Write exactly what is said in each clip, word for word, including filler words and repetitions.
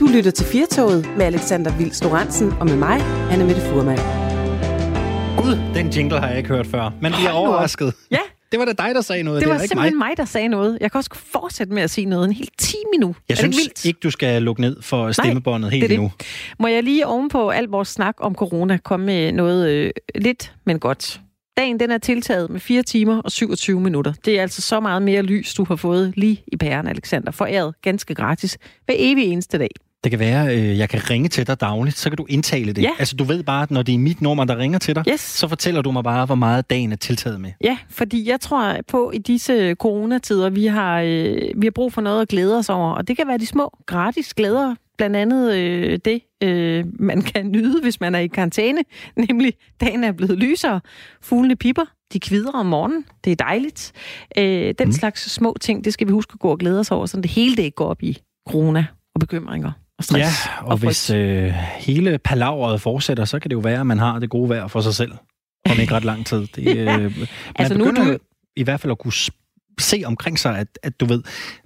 lytter til Firtoget med Alexander Vils Lorentzen og med mig, Anne-Mette Fuhrmann. Gud, den jingle har jeg ikke hørt før. Man bliver overrasket. Ja. Det var da dig, der sagde noget. Det, det var var ikke simpelthen mig. mig, der sagde noget. Jeg kan også fortsætte med at sige noget en hel time nu. Jeg er synes det ikke, ikke, du skal lukke ned for stemmebåndet helt det endnu. Det. Må jeg lige ovenpå al vores snak om corona komme med noget øh, lidt, men godt. Dagen den er tiltaget med fire timer og syvogtyve minutter. Det er altså så meget mere lys, du har fået lige i pæren, Alexander. Foræret ganske gratis hver evig eneste dag. Det kan være, at øh, jeg kan ringe til dig dagligt, så kan du indtale det. Ja. Altså, du ved bare, at når det er mit nummer, der ringer til dig, Yes. så fortæller du mig bare, hvor meget dagen er tiltaget med. Ja, fordi jeg tror på, i disse coronatider, vi har, øh, vi har brug for noget at glæde os over. Og det kan være de små gratis glæder. Blandt andet øh, det, øh, man kan nyde, hvis man er i karantæne. Nemlig, dagen er blevet lysere. Fuglene pipper. De kvidrer om morgenen. Det er dejligt. Øh, den mm. slags små ting, det skal vi huske at gå og glæde os over, så det hele det ikke går op i corona og bekymringer. Og stress, ja, og, og hvis øh, hele palaveret fortsætter, så kan det jo være, at man har det gode vejr for sig selv. Om ikke ret lang tid. Det, øh, man altså begynder nu, du... i hvert fald at kunne se omkring sig, at, at du ved,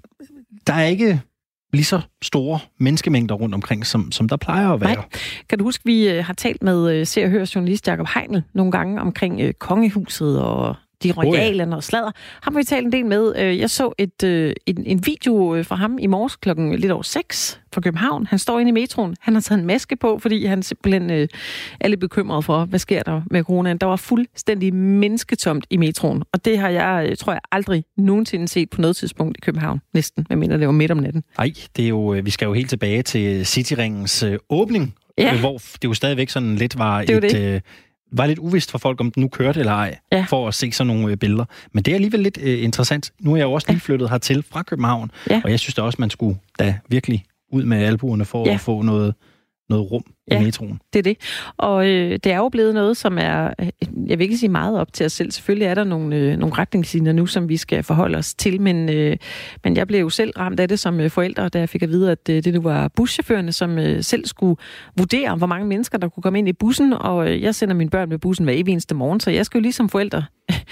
der er ikke lige så store menneskemængder rundt omkring, som, som der plejer at være. Nej. Kan du huske, vi øh, har talt med øh, Se og Hør journalist Jacob Heinl nogle gange omkring øh, kongehuset og de royalerne oh, ja. og sladder. Ham har vi talt en del med. Jeg så et, en, en video fra ham i morges klokken lidt over seks fra København. Han står inde i metroen. Han har taget en maske på, fordi han simpelthen øh, er lidt bekymret for, hvad sker der med coronaen. Der var fuldstændig mennesketomt i metroen. Og det har jeg, tror jeg, aldrig nogensinde set på noget tidspunkt i København. Næsten, hvad mener det var midt om natten. Nej, det er jo, vi skal jo helt tilbage til Cityringens øh, åbning, ja. øh, hvor det jo stadigvæk sådan lidt var det var et... det. Øh, var lidt uvist for folk, om den nu kørte eller ej, ja. for at se sådan nogle øh, billeder. Men det er alligevel lidt øh, interessant. Nu er jeg jo også lige flyttet hertil fra København, ja. og jeg synes da også, man skulle da virkelig ud med albuerne for ja. at få noget, noget rum ja. i metroen. Det er det. Og øh, det er jo blevet noget, som er, jeg vil ikke sige meget op til os selv. Selvfølgelig er der nogle, øh, nogle retningslinjer nu, som vi skal forholde os til, men, øh, men jeg blev jo selv ramt af det som øh, forældre, da jeg fik at vide, at øh, det nu var buschaufførerne, som øh, selv skulle vurdere, hvor mange mennesker, der kunne komme ind i bussen, og øh, jeg sender mine børn med bussen hver evig eneste morgen, så jeg skal jo lige som forældre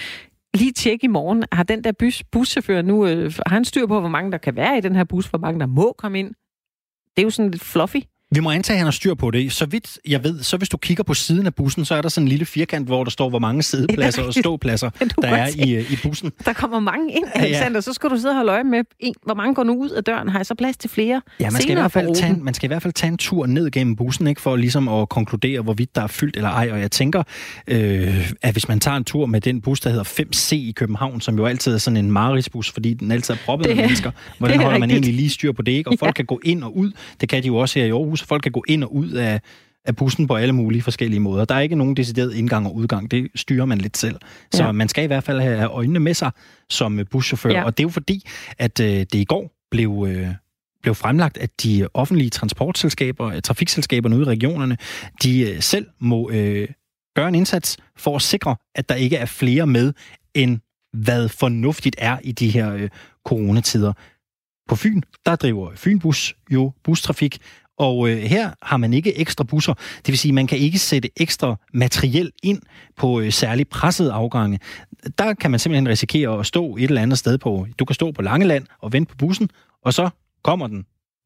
lige tjekke i morgen, har den der bus, buschauffør nu, øh, har han styr på, hvor mange der kan være i den her bus, hvor mange der må komme ind? Det er jo sådan lidt fluffy. Vi må antage, at han har styr på det. Så vidt jeg ved, så hvis du kigger på siden af bussen, så er der sådan en lille firkant, hvor der står, hvor mange siddepladser og ståpladser, der er i, i bussen. Der kommer mange ind, Alexander. Ja. Så skal du sidde og holde øje med, hvor mange går nu ud af døren. Har jeg så plads til flere? Ja, man skal, i hvert fald tage, man skal i hvert fald tage en tur ned gennem bussen, ikke, for ligesom at konkludere, hvorvidt der er fyldt eller ej. Og jeg tænker, øh, at hvis man tager en tur med den bus, der hedder fem C i København, som jo altid er sådan en mareridtsbus, fordi den altid er proppet med mennesker, hvordan holder man egentlig lige styr på det, ikke? Og folk ja. kan gå ind og ud. Det kan de jo også her i Aarhus. Folk kan gå ind og ud af, af bussen på alle mulige forskellige måder. Der er ikke nogen decideret indgang og udgang. Det styrer man lidt selv. Så ja. man skal i hvert fald have øjnene med sig som buschauffør. Ja. Og det er jo fordi, at øh, det i går blev, øh, blev fremlagt, at de offentlige transportselskaber, trafikselskaberne ude i regionerne, de øh, selv må øh, gøre en indsats for at sikre, at der ikke er flere med, end hvad fornuftigt er i de her øh, coronatider. På Fyn, der driver Fynbus jo bustrafik, og øh, her har man ikke ekstra busser. Det vil sige, at man kan ikke sætte ekstra materiel ind på øh, særligt pressede afgange. Der kan man simpelthen risikere at stå et eller andet sted på. Du kan stå på Langeland og vente på bussen, og så kommer den.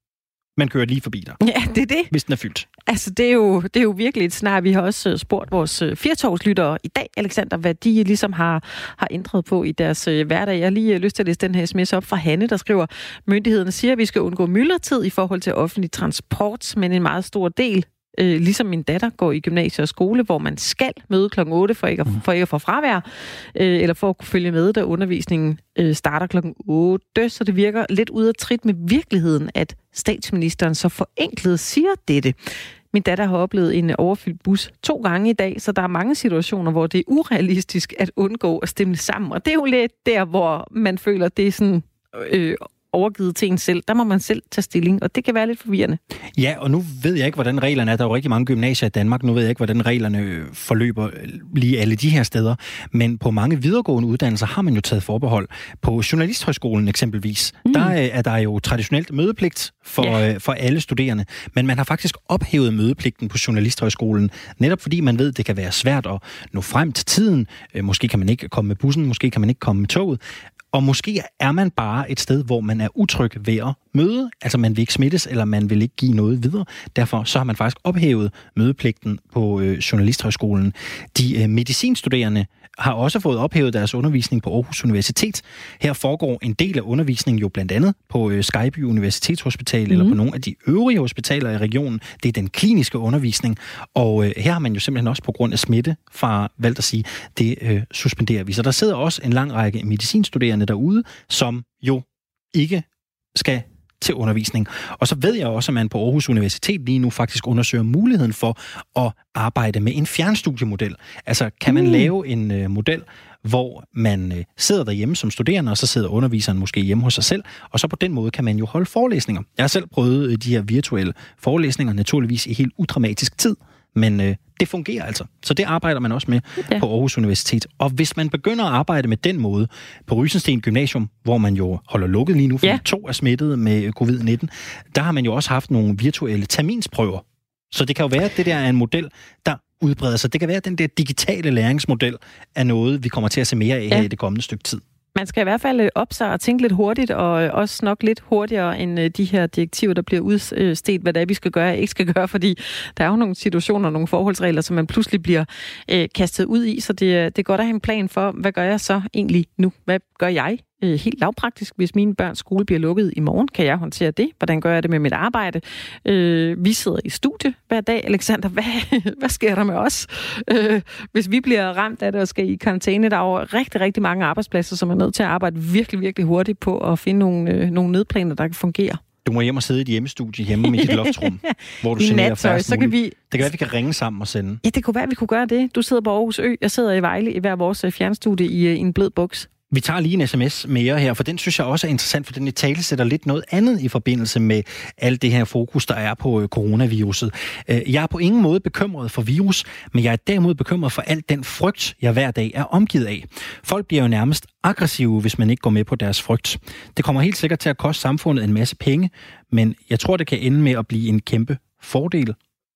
Man kører lige forbi dig. Ja, det er det. Hvis den er fyldt. Altså, det er jo, det er jo virkelig et scenarie. Vi har også spurgt vores firtogslyttere i dag, Alexander, hvad de ligesom har, har ændret på i deres øh, hverdag. Jeg har lige lyst til at læse den her sms op fra Hanne, der skriver, myndighederne siger, at vi skal undgå myldretid i forhold til offentlig transport, men en meget stor del, øh, ligesom min datter går i gymnasie og skole, hvor man skal møde klokken otte for ikke at, for ikke at få fravær, øh, eller for at kunne følge med, da undervisningen øh, starter klokken otte, så det virker lidt ud af trit med virkeligheden, at statsministeren så forenklet siger dette. Min datter har oplevet en overfyldt bus to gange i dag, så der er mange situationer, hvor det er urealistisk at undgå at stemme sammen. Og det er jo lidt der, hvor man føler, det er sådan øh, overgivet til en selv. Der må man selv tage stilling, og det kan være lidt forvirrende. Ja, og nu ved jeg ikke, hvordan reglerne er. Der er jo rigtig mange gymnasier i Danmark. Nu ved jeg ikke, hvordan reglerne forløber lige alle de her steder. Men på mange videregående uddannelser har man jo taget forbehold. På Journalisthøjskolen eksempelvis, mm. der er der jo traditionelt mødepligt for, yeah. for alle studerende. Men man har faktisk ophævet mødepligten på Journalisthøjskolen, netop fordi man ved, det kan være svært at nå frem til tiden. Måske kan man ikke komme med bussen, måske kan man ikke komme med toget. Og måske er man bare et sted, hvor man er utryg ved at møde. Altså man vil ikke smittes, eller man vil ikke give noget videre. Derfor så har man faktisk ophævet mødepligten på øh, Journalisthøjskolen. De øh, medicinstuderende har også fået ophævet deres undervisning på Aarhus Universitet. Her foregår en del af undervisningen jo blandt andet på øh, Skyby Universitetshospital mm. eller på nogle af de øvrige hospitaler i regionen. Det er den kliniske undervisning, og øh, her har man jo simpelthen også på grund af smitte fra valgt at sige, det øh, suspenderer vi. Så der sidder også en lang række medicinstuderende derude, som jo ikke skal til undervisning. Og så ved jeg også, at man på Aarhus Universitet lige nu faktisk undersøger muligheden for at arbejde med en fjernstudiemodel. Altså, kan man mm. lave en øh, model, hvor man øh, sidder derhjemme som studerende, og så sidder underviseren måske hjemme hos sig selv, og så på den måde kan man jo holde forelæsninger. Jeg har selv prøvet øh, de her virtuelle forelæsninger, naturligvis i helt udramatisk tid, men øh, det fungerer altså. Så det arbejder man også med ja. på Aarhus Universitet. Og hvis man begynder at arbejde med den måde på Rysensten Gymnasium, hvor man jo holder lukket lige nu, fordi ja. to er smittet med covid nitten, der har man jo også haft nogle virtuelle terminsprøver. Så det kan jo være, at det der er en model, der udbreder sig. Det kan være, at den der digitale læringsmodel er noget, vi kommer til at se mere af ja. her i det kommende stykke tid. Man skal i hvert fald op sig og tænke lidt hurtigt, og også nok lidt hurtigere end de her direktiver, der bliver udstedt, hvad det er, vi skal gøre og ikke skal gøre, fordi der er jo nogle situationer, nogle forholdsregler, som man pludselig bliver øh, kastet ud i, så det, det er godt at have en plan for, hvad gør jeg så egentlig nu? Hvad gør jeg? Helt lavpraktisk, hvis mine børns skole bliver lukket i morgen, kan jeg håndtere det? Hvordan gør jeg det med mit arbejde? Øh, vi sidder i studie hver dag. Alexander, hvad, hvad sker der med os? Øh, hvis vi bliver ramt af det og skal i karantæne, der er jo rigtig, rigtig mange arbejdspladser, som er nødt til at arbejde virkelig, virkelig hurtigt på at finde nogle, øh, nogle nødplaner, der kan fungere. Du må hjem og sidde i et hjemmestudie hjemme med dit loftrum, hvor du generer færrest muligt. Vi... Det kan være, at vi kan ringe sammen og sende. Ja, det kunne være, at vi kunne gøre det. Du sidder på Aarhus Ø, jeg sidder i Vejle i hver vores fjernstudie i, i en blød buks. Vi tager lige en sms mere her, for den synes jeg også er interessant, for den i tale sætter lidt noget andet i forbindelse med alt det her fokus, der er på coronaviruset. Jeg er på ingen måde bekymret for virus, men jeg er derimod bekymret for alt den frygt, jeg hver dag er omgivet af. Folk bliver jo nærmest aggressive, hvis man ikke går med på deres frygt. Det kommer helt sikkert til at koste samfundet en masse penge, men jeg tror, det kan ende med at blive en kæmpe fordel,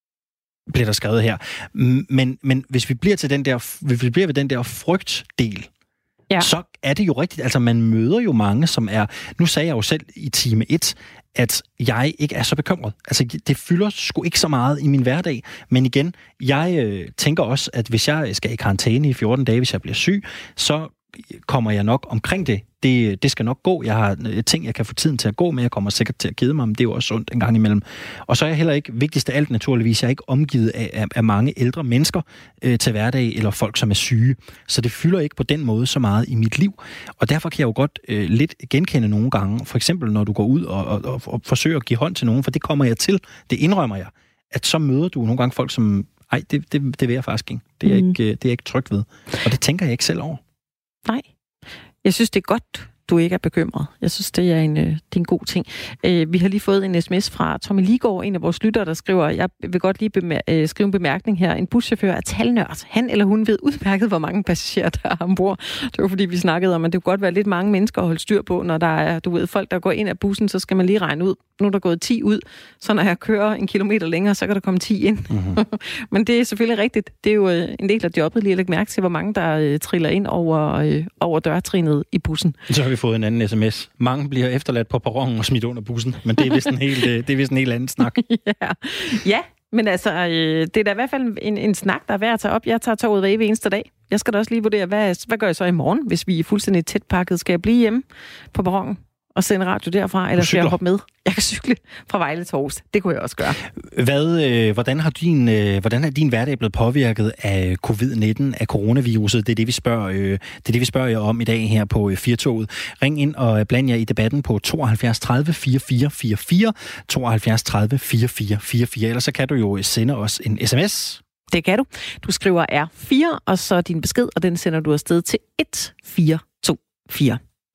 bliver der skrevet her. Men, men hvis vi bliver til den der, hvis vi bliver ved den der frygtdel, ja. så er det jo rigtigt. Altså, man møder jo mange, som er... Nu sagde jeg jo selv i time et, at jeg ikke er så bekymret. Altså, det fylder sgu ikke så meget i min hverdag. Men igen, jeg øh, tænker også, at hvis jeg skal i karantæne i fjorten dage, hvis jeg bliver syg, så kommer jeg nok omkring det. Det, det skal nok gå. Jeg har ting, jeg kan få tiden til at gå med. Jeg kommer sikkert til at kede mig, men det er jo også sundt en gang imellem. Og så er jeg heller ikke, vigtigst af alt naturligvis, jeg er ikke omgivet af, af, af mange ældre mennesker øh, til hverdag, eller folk, som er syge. Så det fylder ikke på den måde så meget i mit liv. Og derfor kan jeg jo godt øh, lidt genkende nogle gange, for eksempel når du går ud og, og, og, og forsøger at give hånd til nogen, for det kommer jeg til, det indrømmer jeg, at så møder du nogle gange folk, som, ej, det, det, det vil jeg faktisk ikke. Det er, mm. ikke, det er jeg ikke tryg ved. Og det tænker jeg ikke selv over. Nej. Jeg synes, det er godt, du ikke er bekymret. Jeg synes, det er en, det er en god ting. Vi har lige fået en sms fra Tommy Ligård, en af vores lyttere, der skriver, jeg vil godt lige bemær- skrive en bemærkning her. En buschauffør er talnørd. Han eller hun ved udmærket, hvor mange passagerer der er ombord. Det var fordi, vi snakkede om, at det kunne godt være lidt mange mennesker at holde styr på, når der er, du ved, folk, der går ind af bussen, så skal man lige regne ud. Nu er der gået ti ud, så når jeg kører en kilometer længere, så kan der komme ti ind. Mm-hmm. Men det er selvfølgelig rigtigt. Det er jo en del af jobbet lige at lægge mærke til, hvor mange der uh, triller ind over, uh, over dørtrinet i bussen. Så har vi fået en anden sms. Mange bliver efterladt på perronen og smidt under bussen, men det er vist en helt, det er vist en helt anden snak. ja. ja, men altså, øh, det er da i hvert fald en, en snak, der er værd at tage op. Jeg tager toget hver evig eneste dag. Jeg skal da også lige vurdere, hvad, hvad gør jeg så i morgen, hvis vi er fuldstændig tæt pakket? Skal jeg blive hjemme på perronen og sende radio derfra, eller skal jeg hoppe med? Jeg kan cykle fra Vejle til Aarhus. Det kunne jeg også gøre. Hvad, øh, hvordan, har din, øh, hvordan er din hverdag blevet påvirket af covid nitten, af coronaviruset? Det er det, vi spørger, øh, det er det, vi spørger jer om i dag her på øh, Firtoget. Ring ind og bland jer i debatten på tooghalvfjerds tredive fireogfyrre fireogfyrre, tooghalvfjerds tredive fireogfyrre fireogfyrre, ellers så kan du jo sende os en sms. Det kan du. Du skriver R fire, og så din besked, og den sender du afsted til et fire to fire.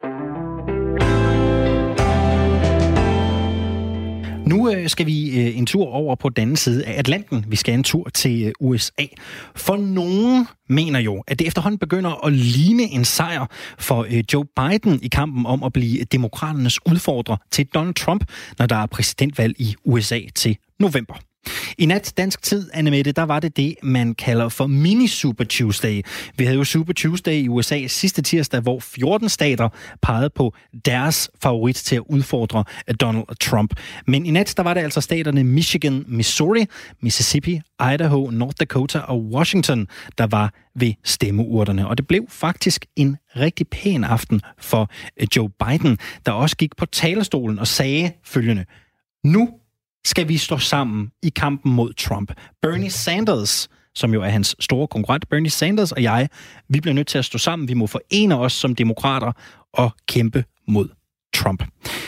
Nu øh, skal vi øh, en tur over på den anden side af Atlanten. Vi skal en tur til øh, U S A. For nogen mener jo, at det efterhånden begynder at ligne en sejr for øh, Joe Biden i kampen om at blive demokraternes udfordrer til Donald Trump, når der er præsidentvalg i U S A til november. I nat dansk tid, Annemette, der var det det, man kalder for mini-Super Tuesday. Vi havde jo Super Tuesday i U S A sidste tirsdag, hvor fjorten stater pegede på deres favorit til at udfordre Donald Trump. Men i nat, der var det altså staterne Michigan, Missouri, Mississippi, Idaho, North Dakota og Washington, der var ved stemmeurnerne. Og det blev faktisk en rigtig pæn aften for Joe Biden, der også gik på talerstolen og sagde følgende: Nu skal vi stå sammen i kampen mod Trump. Bernie Sanders, som jo er hans store konkurrent, Bernie Sanders og jeg, vi bliver nødt til at stå sammen. Vi må forene os som demokrater og kæmpe mod Trump.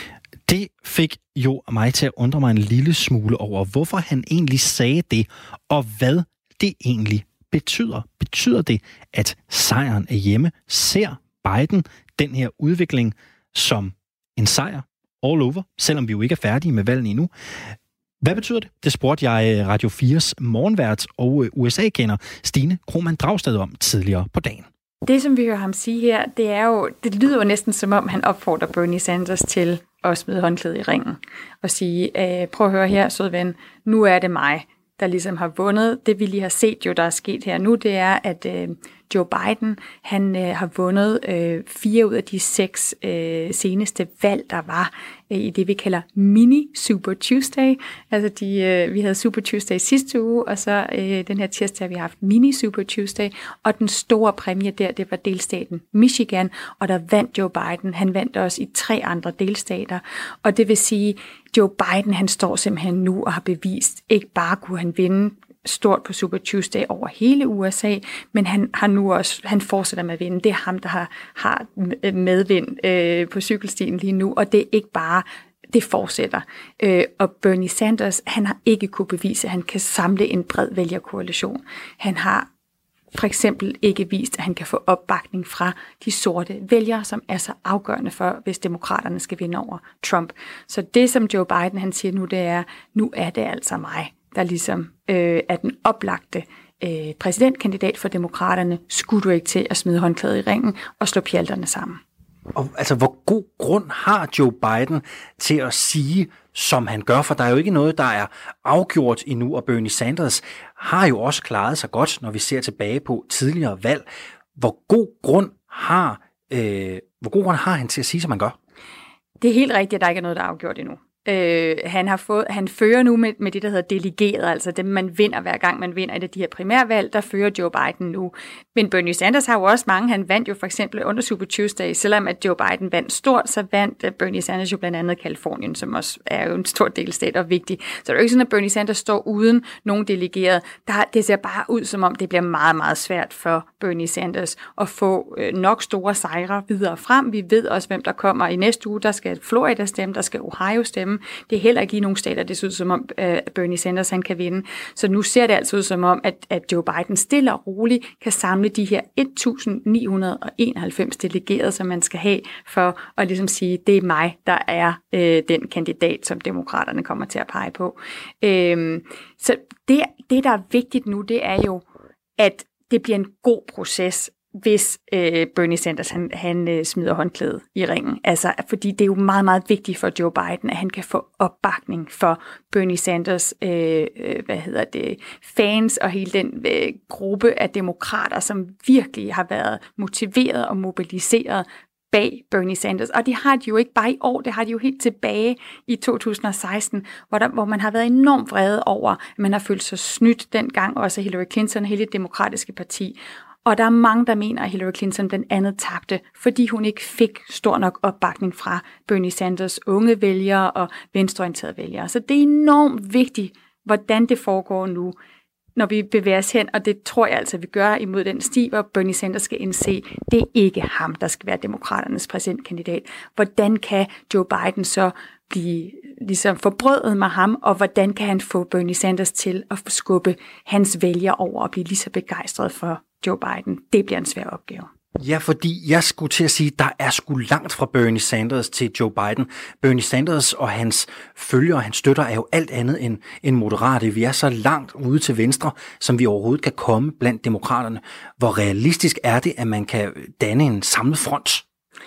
Det fik jo mig til at undre mig en lille smule over, hvorfor han egentlig sagde det, og hvad det egentlig betyder. Betyder det, at sejren er hjemme? Ser Biden den her udvikling som en sejr all over, selvom vi jo ikke er færdige med valgene endnu? Hvad betyder det? Det spurgte jeg Radio fires morgenvært og U S A-kender Stine Krohmann Dragsted om tidligere på dagen. Det, som vi hører ham sige her, det er jo, det lyder jo næsten som om, han opfordrer Bernie Sanders til at smide håndklædet i ringen og sige, prøv at høre her, søde ven, nu er det mig, der ligesom har vundet. Det vi lige har set jo, der er sket her nu, det er, at øh, Joe Biden, han øh, har vundet øh, fire ud af de seks øh, seneste valg, der var øh, i det, vi kalder mini-Super Tuesday. Altså, de, øh, vi havde Super Tuesday sidste uge, og så øh, den her tirsdag har vi haft mini-Super Tuesday, og den store præmie der, det var delstaten Michigan, og der vandt Joe Biden. Han vandt også i tre andre delstater, og det vil sige, Joe Biden, han står simpelthen nu og har bevist, ikke bare kunne han vinde stort på Super Tuesday over hele U S A, men han har nu også, han fortsætter med at vinde. Det er ham, der har, har medvind øh, på cykelstien lige nu, og det er ikke bare, det fortsætter. Øh, og Bernie Sanders, han har ikke kunne bevise, at han kan samle en bred vælgerkoalition. Han har for eksempel ikke vist, at han kan få opbakning fra de sorte vælgere, som er så afgørende for, hvis demokraterne skal vinde over Trump. Så det, som Joe Biden han siger nu, det er, nu er det altså mig, der ligesom øh, er den oplagte øh, præsidentkandidat for demokraterne. Skulle du ikke til at smide håndklædet i ringen og slå pjalterne sammen? Og altså, hvor god grund har Joe Biden til at sige, som han gør? For der er jo ikke noget, der er afgjort endnu, og Bernie Sanders har jo også klaret sig godt, når vi ser tilbage på tidligere valg. Hvor god grund har, øh, hvor god grund har han til at sige, som han gør? Det er helt rigtigt, at der ikke er noget, der er afgjort endnu. Øh, han har fået, han fører nu med, med det, der hedder delegeret, altså det, man vinder hver gang, man vinder et af de her primærvalg, der fører Joe Biden nu. Men Bernie Sanders har jo også mange, han vandt jo for eksempel under Super Tuesday, selvom at Joe Biden vandt stort, så vandt Bernie Sanders jo blandt andet Kalifornien, som også er jo en stor delstat og vigtig. Så det er jo ikke sådan, at Bernie Sanders står uden nogen delegeret. Der, det ser bare ud, som om det bliver meget, meget svært for Bernie Sanders at få øh, nok store sejre videre frem. Vi ved også, hvem der kommer i næste uge. Der skal Florida stemme, der skal Ohio stemme. Det er heller ikke i nogen stater, det ser ud som om, at Bernie Sanders han kan vinde. Så nu ser det altså ud som om, at, at Joe Biden stille og roligt kan samle de her et tusind ni hundrede enoghalvfems delegerede, som man skal have for at ligesom sige, det er mig, der er øh, den kandidat, som demokraterne kommer til at pege på. Øh, så det, det, der er vigtigt nu, det er jo, at det bliver en god proces, hvis øh, Bernie Sanders han, han øh, smider håndklædet i ringen. Altså, fordi det er jo meget, meget vigtigt for Joe Biden, at han kan få opbakning for Bernie Sanders øh, øh, hvad hedder det, fans og hele den øh, gruppe af demokrater, som virkelig har været motiveret og mobiliseret bag Bernie Sanders. Og det har de jo ikke bare i år, det har de jo helt tilbage i to tusind og seksten, hvor, der, hvor man har været enormt vrede over, at man har følt sig snydt dengang, også Hillary Clinton og hele det demokratiske parti. Og der er mange, der mener, at Hillary Clinton blandt andet tabte, fordi hun ikke fik stor nok opbakning fra Bernie Sanders unge vælgere og venstreorienterede vælgere. Så det er enormt vigtigt, hvordan det foregår nu, når vi bevæger os hen, og det tror jeg altså, vi gør imod den sti, hvor Bernie Sanders skal indse, det er ikke ham, der skal være demokraternes præsidentkandidat. Hvordan kan Joe Biden så blive ligesom forbrødet med ham, og hvordan kan han få Bernie Sanders til at skubbe hans vælgere over og blive lige så begejstret for Joe Biden? Det bliver en svær opgave. Ja, fordi jeg skulle til at sige, der er sgu langt fra Bernie Sanders til Joe Biden. Bernie Sanders og hans følgere og hans støtter er jo alt andet end, end moderate. Vi er så langt ude til venstre, som vi overhovedet kan komme blandt demokraterne. Hvor realistisk er det, at man kan danne en samlet front?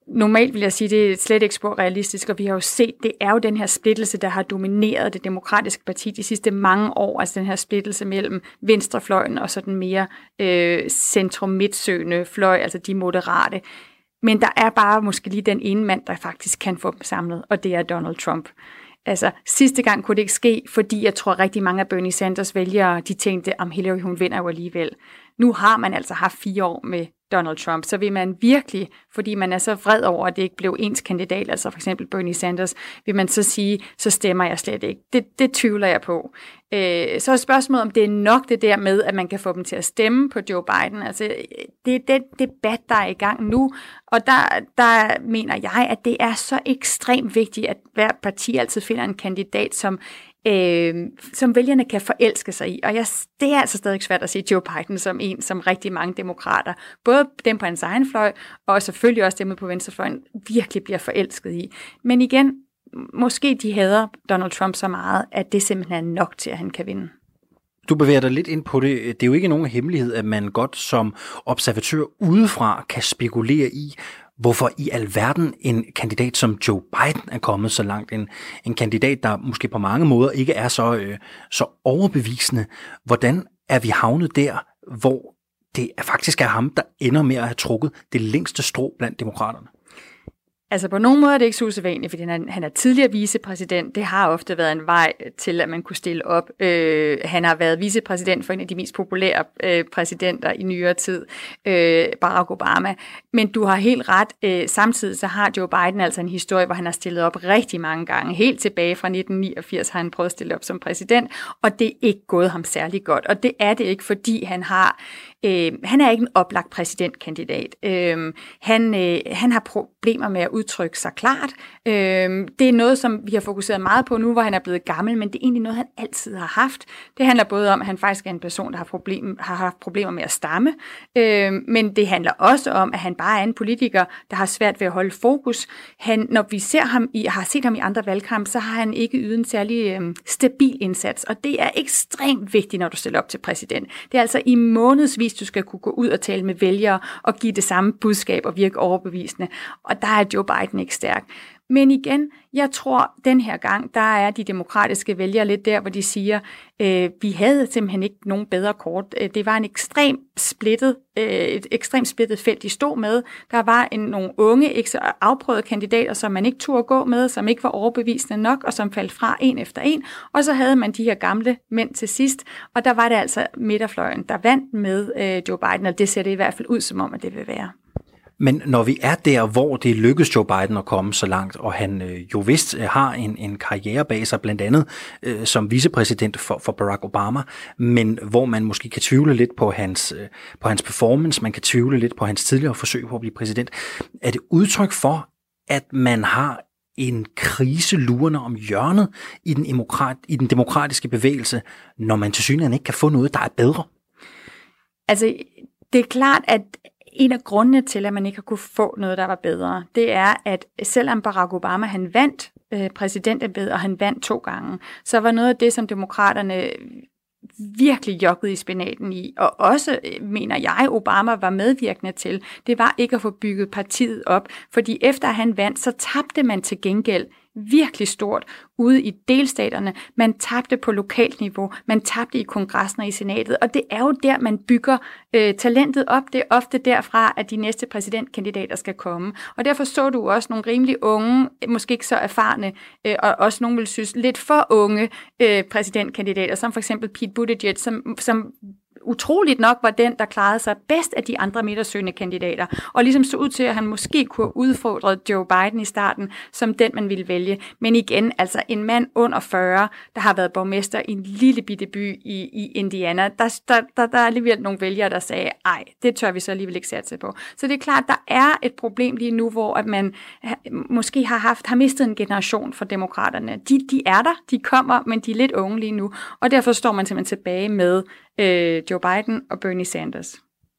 normalt vil jeg sige, det er slet ikke spor realistisk, og vi har jo set, det er jo den her splittelse, der har domineret det demokratiske parti de sidste mange år, altså den her splittelse mellem venstrefløjen og så den mere øh, centrum-midtsøgende fløj, altså de moderate. Men der er bare måske lige den ene mand, der faktisk kan få dem samlet, og det er Donald Trump. Altså, sidste gang kunne det ikke ske, fordi jeg tror rigtig mange af Bernie Sanders vælgere, de tænkte, om Hillary, hun vinder jo alligevel. Nu har man altså haft fire år med Donald Trump, så vil man virkelig, fordi man er så vred over, at det ikke blev ens kandidat, altså for eksempel Bernie Sanders, vil man så sige, så stemmer jeg slet ikke. Det, det tvivler jeg på. Øh, så er spørgsmålet, om det er nok det der med, at man kan få dem til at stemme på Joe Biden. Altså, det er den debat, der er i gang nu, og der, der mener jeg, at det er så ekstremt vigtigt, at hver parti altid finder en kandidat, som Øh, som vælgerne kan forelske sig i. Og jeg, det er altså stadig svært at se Joe Biden som en, som rigtig mange demokrater, både dem på hans egen fløj, og selvfølgelig også dem på venstrefløjen, virkelig bliver forelsket i. Men igen, måske de hader Donald Trump så meget, at det simpelthen er nok til, at han kan vinde. Du bevæger dig lidt ind på det. Det er jo ikke nogen hemmelighed, at man godt som observatør udefra kan spekulere i, hvorfor i alverden en kandidat som Joe Biden er kommet så langt. En, en kandidat, der måske på mange måder ikke er så, øh, så overbevisende. Hvordan er vi havnet der, hvor det faktisk er ham, der ender med at have trukket det længste strå blandt demokraterne? Altså på nogen måde er det ikke så usædvanligt, fordi han er, han er tidligere vicepræsident. Det har ofte været en vej til, at man kunne stille op. Øh, han har været vicepræsident for en af de mest populære øh, præsidenter i nyere tid, øh, Barack Obama. Men du har helt ret. Øh, samtidig så har Joe Biden altså en historie, hvor han har stillet op rigtig mange gange. Helt tilbage fra nitten niogfirs har han prøvet at stille op som præsident, og det er ikke gået ham særlig godt. Og det er det ikke, fordi han har Øh, han er ikke en oplagt præsidentkandidat. Øh, han, øh, han har problemer med at udtrykke sig klart. Øh, det er noget, som vi har fokuseret meget på nu, hvor han er blevet gammel, men det er egentlig noget, han altid har haft. Det handler både om, at han faktisk er en person, der har, problem, har haft problemer med at stamme, øh, men det handler også om, at han bare er en politiker, der har svært ved at holde fokus. Han, når vi ser ham i, har set ham i andre valgkampe, så har han ikke ydet en særlig øh, stabil indsats, og det er ekstremt vigtigt, når du stiller op til præsident. Det er altså i månedsvis, du skal kunne gå ud og tale med vælgere og give det samme budskab og virke overbevisende. Og der er Joe Biden ikke stærk. Men igen, jeg tror, den her gang, der er de demokratiske vælgere lidt der, hvor de siger, øh, vi havde simpelthen ikke nogen bedre kort. Det var en ekstremt splittet, øh, et ekstremt splittet felt, de stod med. Der var en, nogle unge, ikke så afprøvede kandidater, som man ikke turde gå med, som ikke var overbevisende nok, og som faldt fra en efter en. Og så havde man de her gamle mænd til sidst, og der var det altså midterfløjen, der vandt med øh, Joe Biden, og det ser det i hvert fald ud som om, at det vil være. Men når vi er der, hvor det lykkedes Joe Biden at komme så langt, og han øh, jo vist har en, en karriere bag sig, blandt andet øh, som vicepræsident for, for Barack Obama, men hvor man måske kan tvivle lidt på hans, øh, på hans performance, man kan tvivle lidt på hans tidligere forsøg på at blive præsident, er det udtryk for, at man har en krise lurende om hjørnet i den, demokrat, i den demokratiske bevægelse, når man tilsyneladende ikke kan få noget, der er bedre? Altså, det er klart, at en af grundene til, at man ikke har kunne få noget, der var bedre, det er, at selvom Barack Obama han vandt øh, præsidentembedet, og han vandt to gange, så var noget af det, som demokraterne virkelig jokkede i spinaten i, og også, mener jeg, Obama var medvirkende til, det var ikke at få bygget partiet op, fordi efter han vandt, så tabte man til gengæld virkelig stort ude i delstaterne. Man tabte på lokalt niveau, man tabte i kongressen og i senatet, og det er jo der, man bygger øh, talentet op. Det er ofte derfra, at de næste præsidentkandidater skal komme. Og derfor så du også nogle rimelig unge, måske ikke så erfarne, øh, og også nogle vil synes lidt for unge øh, præsidentkandidater, som for eksempel Pete Buttigieg, som, som utroligt nok var den, der klarede sig bedst af de andre midtersøgende kandidater, og ligesom så ud til, at han måske kunne udfordre Joe Biden i starten, som den, man ville vælge. Men igen, altså en mand under fyrre, der har været borgmester i en lille bitte by i, i Indiana, der, der, der, der er alligevel nogle vælgere, der sagde, ej, det tør vi så alligevel ikke satse på. Så det er klart, der er et problem lige nu, hvor at man måske har haft, har mistet en generation for demokraterne. De, de er der, de kommer, men de er lidt unge lige nu, og derfor står man simpelthen tilbage med øh, Joe Biden og Bernie Sanders.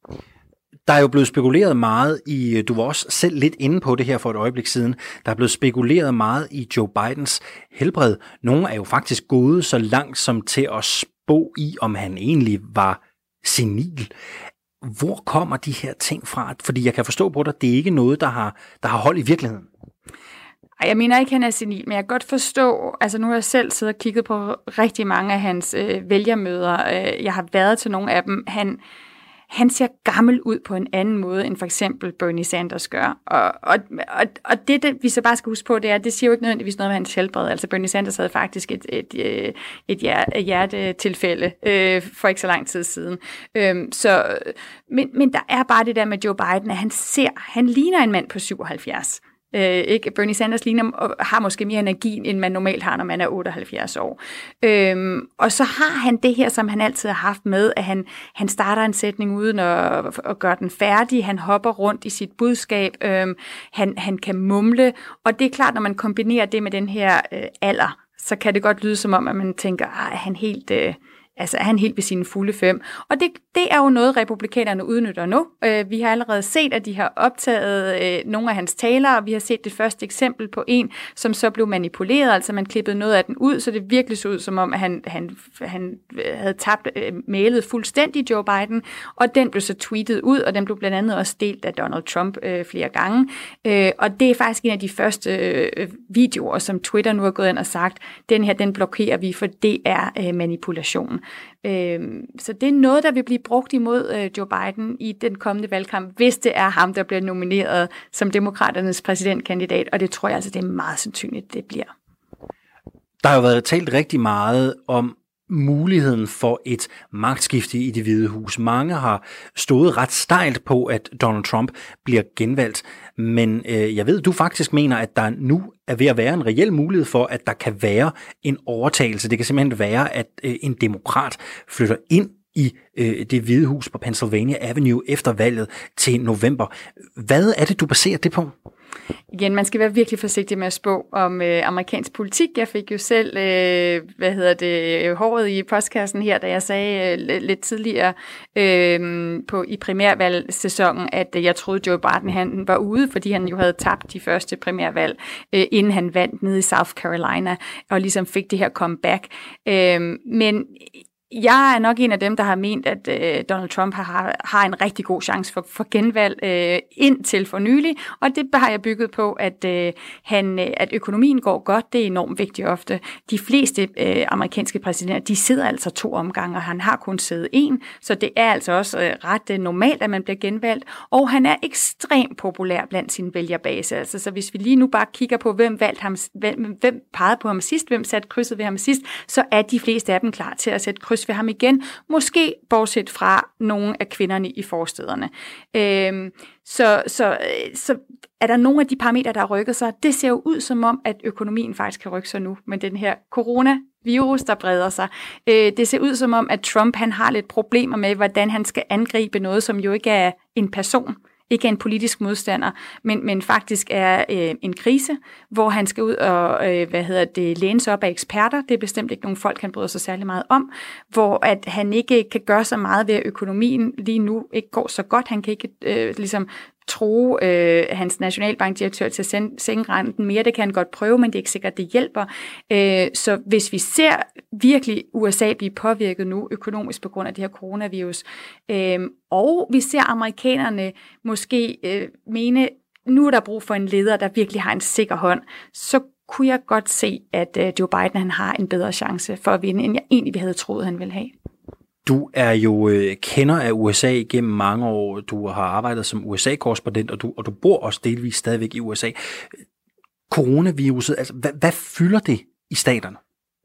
Der er jo blevet spekuleret meget i, du var også selv lidt inde på det her for et øjeblik siden, der er blevet spekuleret meget i Joe Bidens helbred. Nogle er jo faktisk gået så langt som til at spå i, om han egentlig var senil. Hvor kommer de her ting fra? Fordi jeg kan forstå på dig, det er ikke noget, der har, der har hold i virkeligheden. Jeg mener ikke, han er senil, men jeg kan godt forstå, altså nu har jeg selv siddet og kigget på rigtig mange af hans øh, vælgermøder. Øh, jeg har været til nogle af dem. Han, han ser gammel ud på en anden måde, end for eksempel Bernie Sanders gør. Og, og, og, og det, det, vi så bare skal huske på, det er, det siger jo ikke nødvendigvis noget med hans helbred. Altså Bernie Sanders havde faktisk et, et, et, et hjertetilfælde øh, for ikke så lang tid siden. Øh, så, men, men der er bare det der med Joe Biden, at han ser, han ligner en mand på syvoghalvfjerds. Øh, ikke? Bernie Sanders ligner, har måske mere energi, end man normalt har, når man er otteoghalvfjerds år. Øhm, og så har han det her, som han altid har haft med, at han, han starter en sætning uden at, at gøre den færdig. Han hopper rundt i sit budskab. Øhm, han, han kan mumle. Og det er klart, når man kombinerer det med den her øh, alder, så kan det godt lyde som om, at man tænker, er han helt... Øh, Altså er han helt ved sine fulde fem. Og det, det er jo noget, republikanerne udnytter nu. Øh, vi har allerede set, at de har optaget øh, nogle af hans taler, og vi har set det første eksempel på en, som så blev manipuleret. Altså man klippede noget af den ud, så det virkelig så ud som om, at han, han, han havde tabt øh, mailet fuldstændig Joe Biden. Og den blev så tweetet ud, og den blev blandt andet også delt af Donald Trump øh, flere gange. Øh, og det er faktisk en af de første øh, videoer, som Twitter nu har gået ind og sagt, den her, den blokerer vi, for det er øh, manipulation. Så det er noget, der vil blive brugt imod Joe Biden i den kommende valgkamp, hvis det er ham, der bliver nomineret som demokraternes præsidentkandidat, og det tror jeg altså, det er meget sandsynligt, det bliver. Der har jo været talt rigtig meget om muligheden for et magtskifte i Det Hvide Hus. Mange har stået ret stejlt på, at Donald Trump bliver genvalgt, men øh, jeg ved, du faktisk mener, at der nu er ved at være en reel mulighed for, at der kan være en overtagelse. Det kan simpelthen være, at øh, en demokrat flytter ind i øh, Det Hvide Hus på Pennsylvania Avenue efter valget til november. Hvad er det, du baserer det på? Igen, man skal være virkelig forsigtig med at spå om øh, amerikansk politik. Jeg fik jo selv, øh, hvad hedder det, håret i postkassen her, da jeg sagde øh, lidt tidligere øh, på i primærvalgsæsonen, at øh, jeg troede, Joe Biden han var ude, fordi han jo havde tabt de første primærvalg, øh, inden han vandt nede i South Carolina, og ligesom fik det her comeback. Øh, men jeg er nok en af dem, der har ment, at øh, Donald Trump har, har en rigtig god chance for, for genvalg øh, indtil for nylig, og det har jeg bygget på, at, øh, han, at økonomien går godt. Det er enormt vigtigt ofte. De fleste øh, amerikanske præsidenter, de sidder altså to omgange, og han har kun siddet en, så det er altså også øh, ret øh, normalt, at man bliver genvalgt, og han er ekstremt populær blandt sin vælgerbase. Altså, så hvis vi lige nu bare kigger på, hvem valgte ham, hvem, hvem pegede på ham sidst, hvem satte krydset ved ham sidst, så er de fleste af dem klar til at sætte kryds ved ham igen, måske bortset fra nogle af kvinderne i forstederne. Øhm, så, så, så er der nogle af de parametre, der har rykket sig. Det ser jo ud som om, at økonomien faktisk kan rykke sig nu, men den her coronavirus, der breder sig. Øh, det ser ud som om, at Trump han har lidt problemer med, hvordan han skal angribe noget, som jo ikke er en person, ikke er en politisk modstander, men, men faktisk er øh, en krise, hvor han skal ud og øh, hvad hedder det, læne sig op af eksperter. Det er bestemt ikke nogen folk, han bryder sig særlig meget om, hvor at han ikke kan gøre så meget ved, at økonomien lige nu ikke går så godt. Han kan ikke øh, ligesom true øh, hans nationalbankdirektør til at sende, sænke renten mere. Det kan han godt prøve, men det er ikke sikkert, det hjælper. Øh, så hvis vi ser virkelig U S A blive påvirket nu økonomisk på grund af det her coronavirus, øh, og vi ser amerikanerne måske øh, mene, nu er der brug for en leder, der virkelig har en sikker hånd, så kunne jeg godt se, at øh, Joe Biden han har en bedre chance for at vinde, end jeg egentlig havde troet, han ville have. Du er jo øh, kender af U S A gennem mange år. Du har arbejdet som U S A-korrespondent, og du, og du bor også delvis stadigvæk i U S A. Coronaviruset, altså hvad, hvad fylder det i staterne?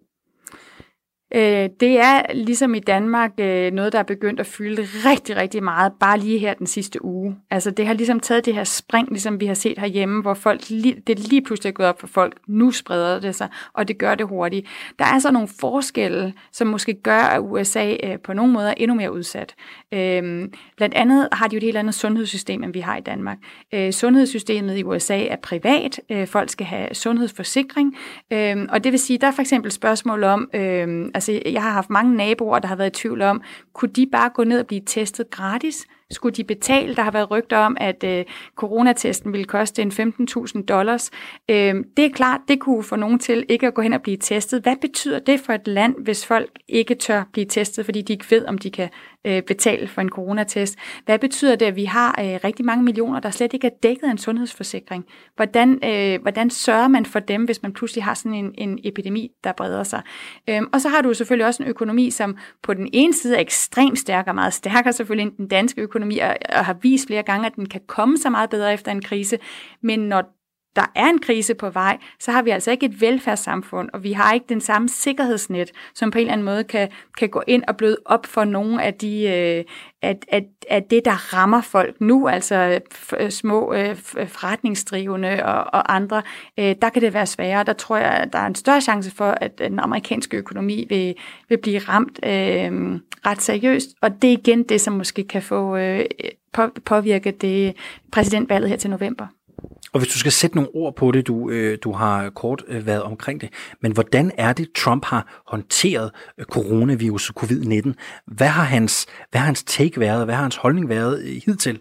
Øh, det er ligesom i Danmark øh, noget, der er begyndt at fylde rigtig, rigtig meget, bare lige her den sidste uge. Altså det har ligesom taget det her spring, ligesom vi har set herhjemme, hvor folk li- det lige pludselig er gået op for folk. Nu spreder det sig, og det gør det hurtigt. Der er så nogle forskelle, som måske gør, at U S A øh, på nogle måder er endnu mere udsat. Øh, blandt andet har de jo et helt andet sundhedssystem, end vi har i Danmark. Øh, sundhedssystemet i U S A er privat. Øh, folk skal have sundhedsforsikring. Øh, og det vil sige, der er for eksempel spørgsmål om, øh, altså, jeg har haft mange naboer, der har været i tvivl om, kunne de bare gå ned og blive testet gratis? Skulle de betale? Der har været rygter om, at øh, coronatesten ville koste en femten tusind dollars. Øh, det er klart, det kunne få nogen til ikke at gå hen og blive testet. Hvad betyder det for et land, hvis folk ikke tør blive testet, fordi de ikke ved, om de kan øh, betale for en coronatest. Hvad betyder det, at vi har øh, rigtig mange millioner, der slet ikke er dækket af en sundhedsforsikring? Hvordan, øh, hvordan sørger man for dem, hvis man pludselig har sådan en, en epidemi, der breder sig? Øhm, og så har du selvfølgelig også en økonomi, som på den ene side er ekstremt stærk og meget stærkere selvfølgelig end den danske økonomi, og, og har vist flere gange, at den kan komme så meget bedre efter en krise. Men når der er en krise på vej, så har vi altså ikke et velfærdssamfund, og vi har ikke den samme sikkerhedsnet, som på en eller anden måde kan, kan gå ind og bløde op for nogle af de, øh, at, at, at det, der rammer folk nu, altså f- små øh, forretningsdrivende og, og andre, øh, der kan det være sværere. Der tror jeg, at der er en større chance for, at den amerikanske økonomi vil, vil blive ramt øh, ret seriøst, og det er igen det, som måske kan få øh, på, påvirke det præsidentvalget her til november. Og hvis du skal sætte nogle ord på det, du, øh, du har kort øh, været omkring det, men hvordan er det, Trump har håndteret øh, coronavirus, covid nitten? Hvad har hans, hvad har hans take været, hvad har hans holdning været øh, hidtil?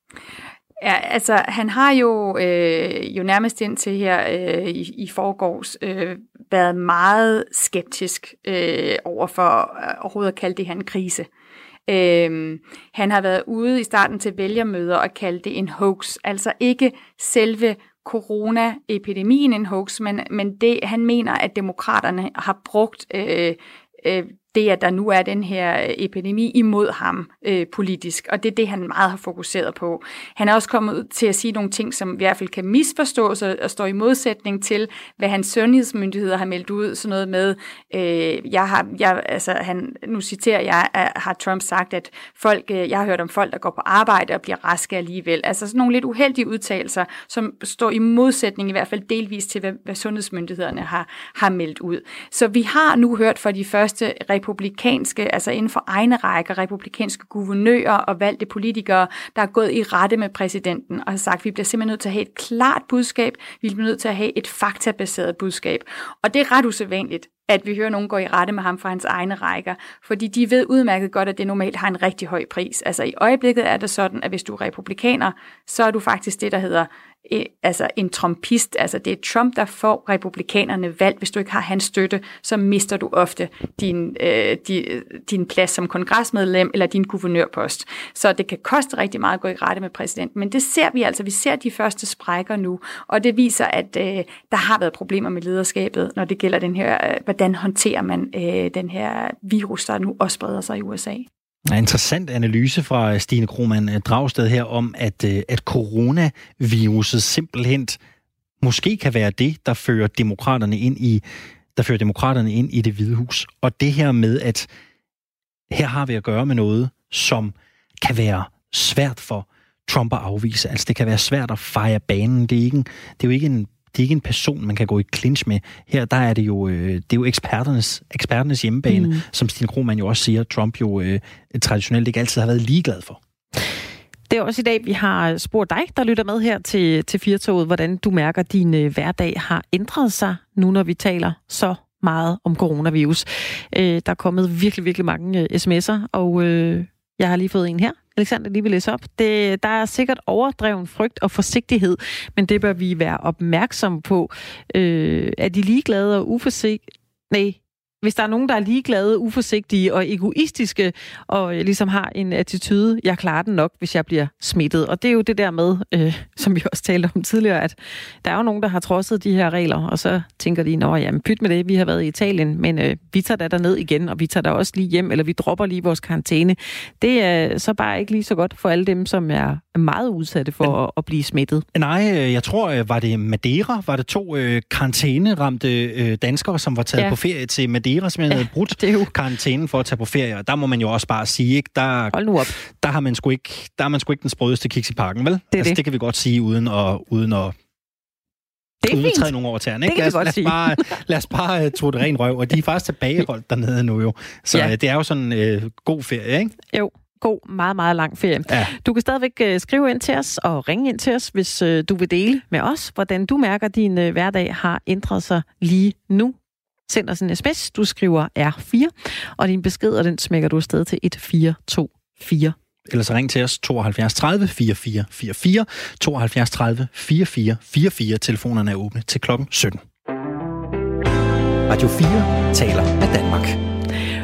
Ja, altså han har jo, øh, jo nærmest indtil her øh, i, i forgårs øh, været meget skeptisk øh, over for øh, overhovedet at kalde det her en krise. Øhm, han har været ude i starten til vælgermøder og kalde det en hoax, altså ikke selve coronaepidemien en hoax, men, men det han mener, at demokraterne har brugt øh, øh, det, at der nu er den her epidemi imod ham øh, politisk, og det er det, han meget har fokuseret på. Han er også kommet ud til at sige nogle ting, som i hvert fald kan misforstås og, og står i modsætning til, hvad hans sundhedsmyndigheder har meldt ud, sådan noget med, øh, jeg har, jeg, altså han, nu citerer jeg, har Trump sagt, at folk, øh, jeg har hørt om folk, der går på arbejde og bliver raske alligevel. Altså sådan nogle lidt uheldige udtalelser, som står i modsætning i hvert fald delvis til, hvad, hvad sundhedsmyndighederne har, har meldt ud. Så vi har nu hørt fra de første republikanske, altså inden for egne rækker, republikanske guvernører og valgte politikere, der er gået i rette med præsidenten og har sagt, at vi bliver simpelthen nødt til at have et klart budskab, vi bliver nødt til at have et faktabaseret budskab. Og det er ret usædvanligt, at vi hører nogen gå i rette med ham fra hans egne rækker, fordi de ved udmærket godt, at det normalt har en rigtig høj pris. Altså i øjeblikket er det sådan, at hvis du er republikaner, så er du faktisk det, der hedder altså en trumpist, altså det er Trump, der får republikanerne valgt. Hvis du ikke har hans støtte, så mister du ofte din, øh, din, din plads som kongresmedlem eller din guvernørpost. Så det kan koste rigtig meget at gå i rette med præsidenten, men det ser vi altså. Vi ser de første sprækker nu, og det viser, at øh, der har været problemer med lederskabet, når det gælder den her, øh, hvordan håndterer man øh, den her virus, der nu også spreder sig i U S A. En interessant analyse fra Stine Krohmann Dragsted her om, at, at coronaviruset simpelthen måske kan være det, der fører demokraterne ind i, der fører demokraterne ind i Det Hvide Hus. Og det her med, at her har vi at gøre med noget, som kan være svært for Trump at afvise. Altså det kan være svært at feje banen. Det er, ikke en, det er jo ikke en Det er ikke en person, man kan gå i clinch med. Her der er det jo, øh, det er jo eksperternes, eksperternes hjemmebane, mm. som Stine Krohmann jo også siger, Trump jo øh, traditionelt ikke altid har været ligeglad for. Det er også i dag, vi har spurgt dig, der lytter med her til, til Firtoget, hvordan du mærker, at din øh, hverdag har ændret sig, nu når vi taler så meget om coronavirus. Øh, der er kommet virkelig, virkelig mange øh, sms'er, og øh, jeg har lige fået en her. Alexander lige vil læse op. Det, der er sikkert overdreven frygt og forsigtighed, men det bør vi være opmærksomme på. Øh, er de ligeglade og uforsigtige? Nej. Hvis der er nogen, der er ligeglade, uforsigtige og egoistiske, og ligesom har en attitude, jeg klarer den nok, hvis jeg bliver smittet. Og det er jo det der med, øh, som vi også talte om tidligere, at der er jo nogen, der har trodset de her regler, og så tænker de, nå ja, pyt med det, vi har været i Italien, men øh, vi tager der derned igen, og vi tager der også lige hjem, eller vi dropper lige vores karantæne. Det er så bare ikke lige så godt for alle dem, som er meget udsatte for men, at, at blive smittet. Nej, jeg tror, var det Madeira? Var det to øh, karantæneramte øh, danskere, som var taget ja. på ferie til Madeira? Som havde ja, brudt jo karantænen for at tage på ferie, og der må man jo også bare sige, ikke? Der, Hold nu op. Der har man sgu ikke, der er man sgu ikke den sprødeste kiks i parken, vel? Det, altså, det. det kan vi godt sige, uden at, uden at, det er uden at træde nogle over tæerne, ikke? Det kan lad, vi godt lad, os sige. bare, lad os bare uh, tro det ren røv, og de er faktisk tilbageholdt dernede nu jo. Så ja. uh, det er jo sådan en uh, god ferie, ikke? Jo. God, meget, meget lang ferie. Ja. Du kan stadigvæk uh, skrive ind til os og ringe ind til os, hvis uh, du vil dele med os, hvordan du mærker, at din uh, hverdag har ændret sig lige nu. Send os en sms, du skriver R fire, og din besked, og den smækker du afsted til et fire to fire. Ellers ring til os tooghalvfjerds tredive fireogfyrre fireogfyrre, tooghalvfjerds tredive fireogfyrre fireogfyrre. Telefonerne er åbne til klokken sytten. Radio fire taler med Danmark.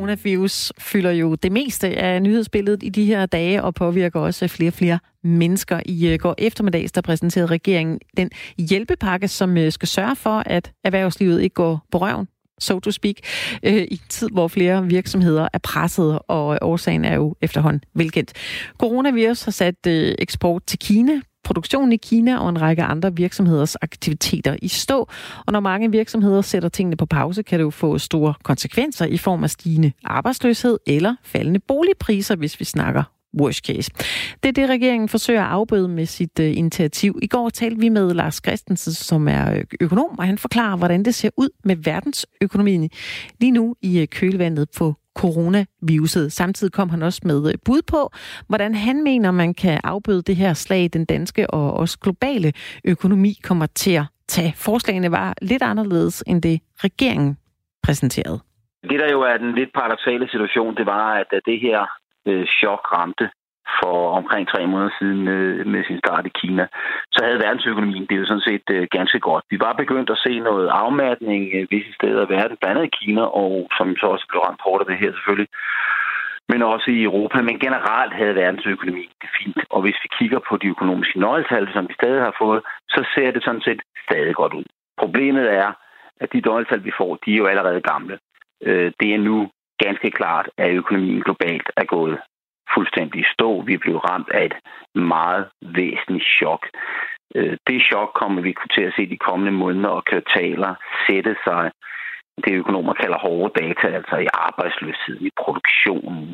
Coronavirus fylder jo det meste af nyhedsbilledet i de her dage og påvirker også flere og flere mennesker. I går eftermiddags, der præsenterede regeringen den hjælpepakke, som skal sørge for, at erhvervslivet ikke går på røven, so to speak, i en tid, hvor flere virksomheder er presset, og årsagen er jo efterhånden velkendt. Coronavirus har sat eksport til Kina, produktionen i Kina og en række andre virksomheders aktiviteter i stå. Og når mange virksomheder sætter tingene på pause, kan det jo få store konsekvenser i form af stigende arbejdsløshed eller faldende boligpriser, hvis vi snakker worst case. Det er det, regeringen forsøger at afbøde med sit uh, initiativ. I går talte vi med Lars Christensen, som er økonom, og han forklarer, hvordan det ser ud med verdensøkonomien lige nu i kølvandet på coronaviruset. Samtidig kom han også med bud på, hvordan han mener, man kan afbøde det her slag, den danske og også globale økonomi kommer til at tage. Forslagene var lidt anderledes end det, regeringen præsenterede. Det, der jo er den lidt paradoksale situation, det var, at det her øh, chok ramte for omkring tre måneder siden øh, med sin start i Kina, så havde verdensøkonomien det jo sådan set øh, ganske godt. Vi var begyndt at se noget afmatning øh, visse steder i verden, blandt andet i Kina, og som så også blev ramt hårdt af det her selvfølgelig, men også i Europa. Men generelt havde verdensøkonomien det fint. Og hvis vi kigger på de økonomiske nøgletal, som vi stadig har fået, så ser det sådan set stadig godt ud. Problemet er, at de nøgletal, vi får, de er jo allerede gamle. Øh, det er nu ganske klart, at økonomien globalt er gået fuldstændig i stå. Vi er blevet ramt af et meget væsentligt chok. Det chok kommer vi til at se de kommende måneder og kvartaler sætte sig. Det økonomer kalder hårde data, altså i arbejdsløsheden, i produktionen,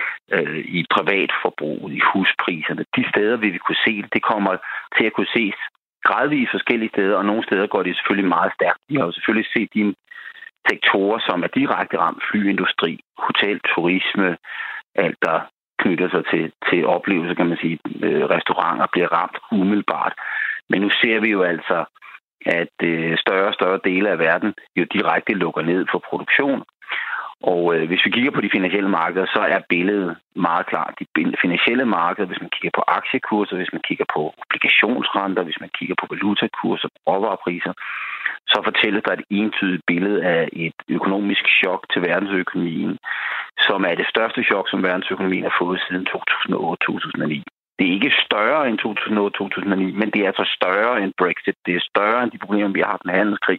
i privatforbruget, i huspriserne. De steder vil vi kunne se det. Det kommer til at kunne ses gradvist forskellige steder, og nogle steder går det selvfølgelig meget stærkt. Vi har jo selvfølgelig set de sektorer, som er direkte ramt: flyindustri, hotel, turisme, alt der knytter sig til, til oplevelser, kan man sige. Restauranter bliver ramt umiddelbart. Men nu ser vi jo altså, at større og større dele af verden jo direkte lukker ned for produktion. Og øh, hvis vi kigger på de finansielle markeder, så er billedet meget klart. De finansielle markeder, hvis man kigger på aktiekurser, hvis man kigger på obligationsrenter, hvis man kigger på valutakurser, råvarepriser, så fortæller der et entydigt billede af et økonomisk chok til verdensøkonomien, som er det største chok, som verdensøkonomien har fået siden to tusind og otte til to tusind og ni. Det er ikke større end to tusind og otte til to tusind og ni, men det er altså større end Brexit. Det er større end de problemer, vi har haft med handelskrig.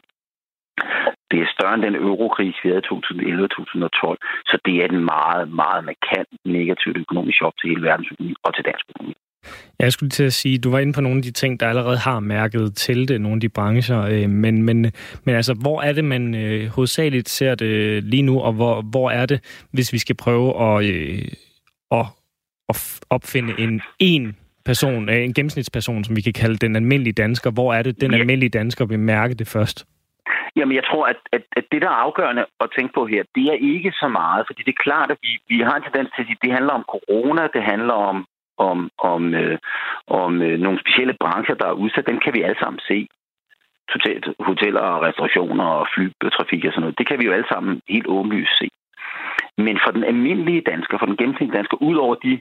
Det er større end den eurokris, vi havde i to tusind og elleve til to tusind og tolv. Så det er en meget, meget markant negativt økonomisk chok til hele verdensøkonomien og til dansk økonomi. Jeg skulle til at sige, du var inde på nogle af de ting, der allerede har mærket til det, nogle af de brancher. Men, men, men altså, hvor er det, man øh, hovedsageligt ser det lige nu, og hvor, hvor er det, hvis vi skal prøve at, øh, at, at opfinde en en person, en gennemsnitsperson, som vi kan kalde den almindelige dansker. Hvor er det, den almindelige dansker vil mærke det først? Jamen, jeg tror, at, at, at det, der er afgørende at tænke på her, det er ikke så meget, fordi det er klart, at vi, vi har en tendens til at sige, at det handler om corona, det handler om, om, om, øh, om øh, nogle specielle brancher, der er udsat. Dem kan vi alle sammen se. Totalt hoteller og restaurationer og flytrafik og sådan noget. Det kan vi jo alle sammen helt åbenlyst se. Men for den almindelige dansker, for den gennemsnitlige dansker, ud over de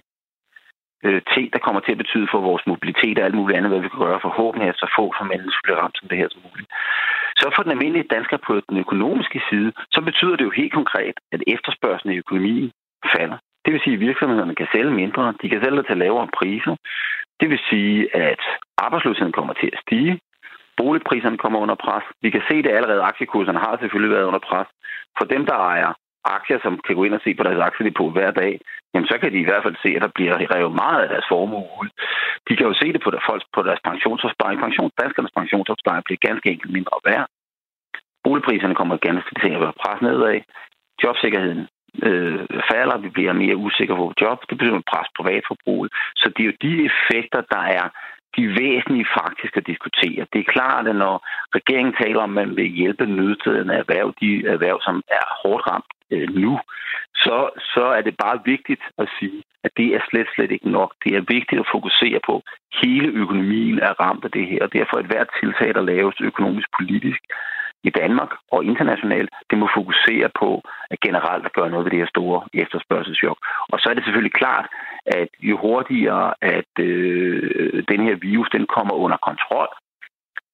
øh, ting, der kommer til at betyde for vores mobilitet og alt muligt andet, hvad vi kan gøre forhåbentlig, at så få som mennesker bliver ramt som det her som muligt. Så for den almindelige dansker på den økonomiske side, så betyder det jo helt konkret, at efterspørgslen i økonomien falder. Det vil sige, at virksomhederne kan sælge mindre, de kan sælge til lavere priser. Det vil sige, at arbejdsløsheden kommer til at stige, boligpriserne kommer under pres. Vi kan se det allerede, aktiekurserne har selvfølgelig været under pres. For dem, der ejer aktier, som kan gå ind og se på deres aktiedepot hver dag, jamen så kan de i hvert fald se, at der bliver revet meget af deres formue ud. De kan jo se det på, der, folk, på deres pensionsopsparing. Pension, danskernes pensionsopsparing bliver ganske enkelt mindre værd. Boligpriserne kommer ganske til at være presset nedad. Jobsikkerheden øh, falder, vi bliver mere usikre på job. Det betyder pres på privatforbruget. Så det er jo de effekter, der er de væsentlige faktisk at diskutere. Det er klart, at når regeringen taler om, at man vil hjælpe nødstedende erhverv, de erhverv, som er hårdt ramt øh, nu, så, så er det bare vigtigt at sige, at det er slet, slet ikke nok. Det er vigtigt at fokusere på, at hele økonomien er ramt af det her, og derfor et hvert tiltag, der laves økonomisk politisk i Danmark og internationalt, det må fokusere på at generelt at gøre noget ved det her store efterspørgselschok. Og så er det selvfølgelig klart, at jo hurtigere at øh, den her virus den kommer under kontrol,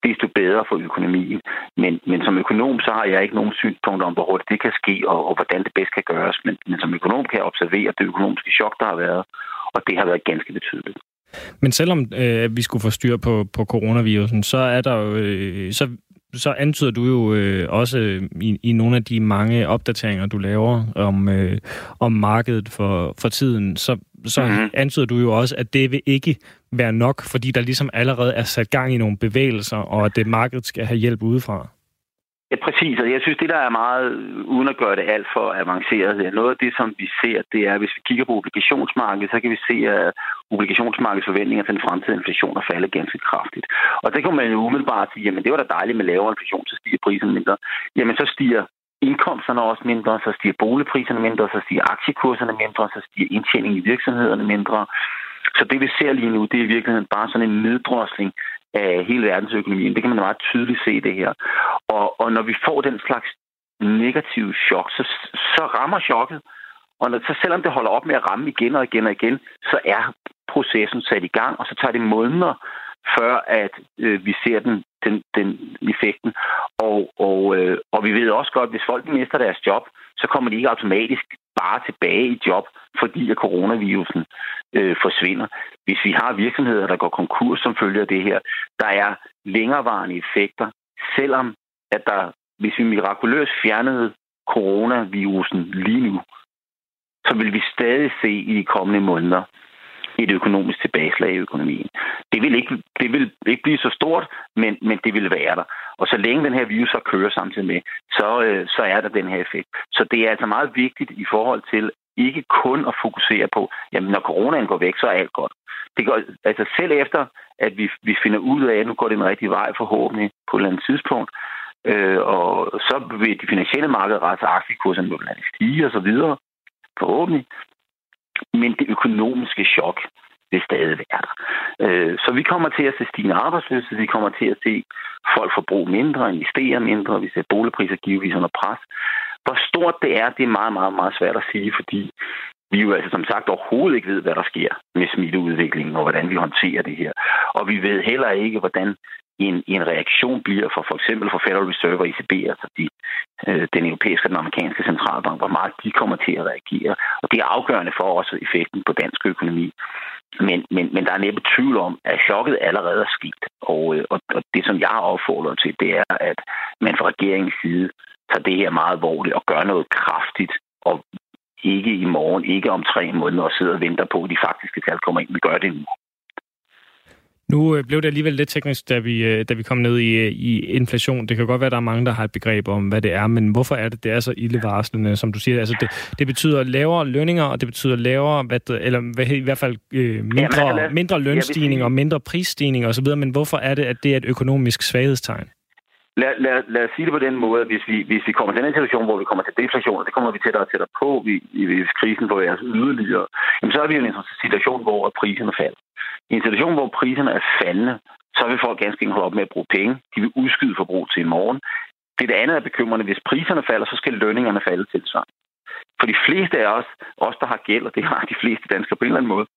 desto bedre for økonomien. Men, men som økonom, så har jeg ikke nogen synspunkter om, hvor hurtigt det kan ske, og, og hvordan det bedst kan gøres. Men, men som økonom kan jeg observere det økonomiske chok, der har været, og det har været ganske betydeligt. Men selvom øh, vi skulle få styr på, på coronavirusen, så er der jo, øh, så, så antyder du jo øh, også i, i nogle af de mange opdateringer, du laver om, øh, om markedet for, for tiden, så, så mm-hmm. antyder du jo også, at det vil ikke være nok, fordi der ligesom allerede er sat gang i nogle bevægelser, og at det markedet skal have hjælp udefra. Ja, præcis. Jeg synes, det der er meget, uden at gøre det alt for avanceret, noget af det, som vi ser, det er, hvis vi kigger på obligationsmarkedet, så kan vi se, at obligationsmarkedets forventninger til den fremtidige inflation er faldet ganske kraftigt. Og det kan man jo umiddelbart sige, jamen det var da dejligt med lavere inflation, så stiger priserne mindre. Jamen så stiger indkomsterne også mindre, så stiger boligpriserne mindre, så stiger aktiekurserne mindre, så stiger indtjeningen i virksomhederne mindre. Så det vi ser lige nu, det er i virkeligheden bare sådan en neddrosling af hele verdensøkonomien. Det kan man meget tydeligt se det her. Og, og når vi får den slags negative chok, så, så rammer chokket. Og når, så selvom det holder op med at ramme igen og igen og igen, så er processen sat i gang, og så tager det måneder, før at øh, vi ser den, den, den effekten. Og, og, øh, og vi ved også godt, at hvis folk mister deres job, så kommer de ikke automatisk bare tilbage i job, fordi at coronavirusen øh, forsvinder. Hvis vi har virksomheder, der går konkurs som følge af det her, der er længerevarende effekter, selvom at der, hvis vi mirakuløst fjernede coronavirusen lige nu, så vil vi stadig se i de kommende måneder et økonomisk tilbageslag i økonomien. Det vil ikke, det vil ikke blive så stort, men, men det vil være der. Og så længe den her virus så kører samtidig med, så, øh, så er der den her effekt. Så det er altså meget vigtigt i forhold til ikke kun at fokusere på, jamen når coronaen går væk, så er alt godt. Det går, altså selv efter, at vi, vi finder ud af, at nu går det den rigtige vej forhåbentlig på et eller andet tidspunkt, øh, og så vil de finansielle markeder rette aktiekurserne vil lade stige og så videre, forhåbentlig. Men det økonomiske chok vil stadig være der. Øh, så vi kommer til at se stigende arbejdsløshed, vi kommer til at se folk forbruge mindre, investere mindre, vi ser boligpriser givetvis under pres. Hvor stort det er, det er meget, meget, meget svært at sige, fordi vi jo altså som sagt overhovedet ikke ved, hvad der sker med smitteudviklingen og hvordan vi håndterer det her. Og vi ved heller ikke, hvordan en, en reaktion bliver for for eksempel for Federal Reserve og E C B, altså de, øh, den europæiske og den amerikanske centralbank, hvor meget de kommer til at reagere. Og det er afgørende for også effekten på dansk økonomi. Men, men, men der er næppe tvivl om, at chokket allerede er sket. Og, og, og det, som jeg har opfordret til, det er, at man fra regeringens side tager det her meget alvorligt og gør noget kraftigt, og ikke i morgen, ikke om tre måneder, og sidder og venter på, at de faktiske tal kommer ind. Vi gør det nu. Nu blev det alligevel lidt teknisk, da vi, da vi kom ned i, i inflation. Det kan godt være, at der er mange, der har et begreb om, hvad det er, men hvorfor er det, det er så ildevarslende, som du siger? Altså, det, det betyder lavere lønninger, og det betyder lavere, hvad, eller hvad, i hvert fald øh, mindre, ja, lade, mindre lønstigning og mindre prisstigning osv., men hvorfor er det, at det er et økonomisk svaghedstegn? Lad, lad, lad os sige det på den måde, at hvis vi, hvis vi kommer til en situation, hvor vi kommer til deflation, og det kommer vi tættere og tættere på, hvis krisen får være yderligere, jamen så er vi jo i en situation, hvor priserne falder. I en situation, hvor priserne er faldende, så vil folk ganske enkelt holde op med at bruge penge. De vil udskyde forbrug til i morgen. Det, det andet er bekymrende. Hvis priserne falder, så skal lønningerne falde tilsvarende. For de fleste af os, os der har gæld, og det har de fleste danskere på en eller anden måde,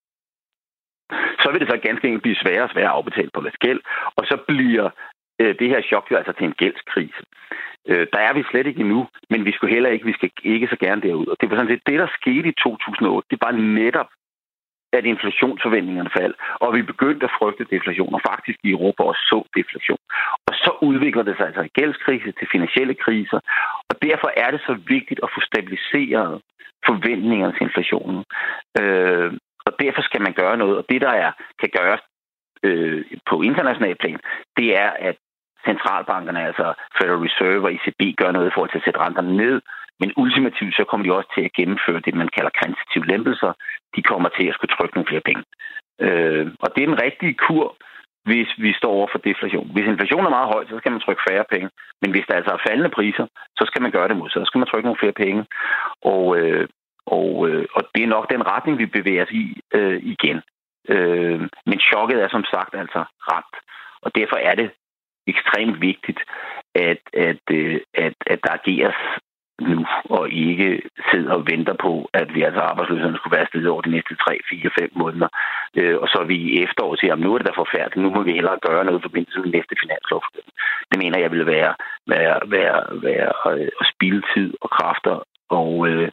så vil det så ganske enkelt blive sværere og sværere at afbetale på deres gæld. Og så bliver øh, det her chok jo altså til en gældskrise. Øh, der er vi slet ikke endnu, men vi skulle heller ikke, vi skal ikke så gerne derud. Og det var sådan set det, der skete i to tusind og otte. Det var netop at inflationsforventningerne faldt, og vi begyndte at frygte deflation, og faktisk i Europa også så deflation. Og så udvikler det sig altså en gældskrise til finansielle kriser, og derfor er det så vigtigt at få stabiliseret forventningerne til inflationen. Øh, og derfor skal man gøre noget, og det der er, kan gøres øh, på international plan, det er, at centralbankerne, altså Federal Reserve og E C B, gør noget i forhold til at sætte renterne ned, men ultimativt så kommer de også til at gennemføre det, man kalder kvantitative lempelser. De kommer til at skulle trykke nogle flere penge. Øh, og det er den rigtige kur, hvis vi står over for deflation. Hvis inflationen er meget høj, så skal man trykke færre penge. Men hvis der altså er faldende priser, så skal man gøre det modsatte. Så skal man trykke nogle flere penge. Og, øh, og, øh, og det er nok den retning, vi bevæger os i øh, igen. Øh, men chokket er som sagt altså ramt. Og derfor er det ekstremt vigtigt, at, at, at, at der ageres nu, og ikke sidder og venter på, at vi altså arbejdsløsheden skulle være stedet over de næste tre, fire, fem måneder. Øh, og så er vi i efteråret siger, at nu er det da forfærdeligt, nu må vi hellere gøre noget i forbindelse med næste finanslov. Det mener jeg vil være, være, være, være at spilde tid og kræfter og, øh,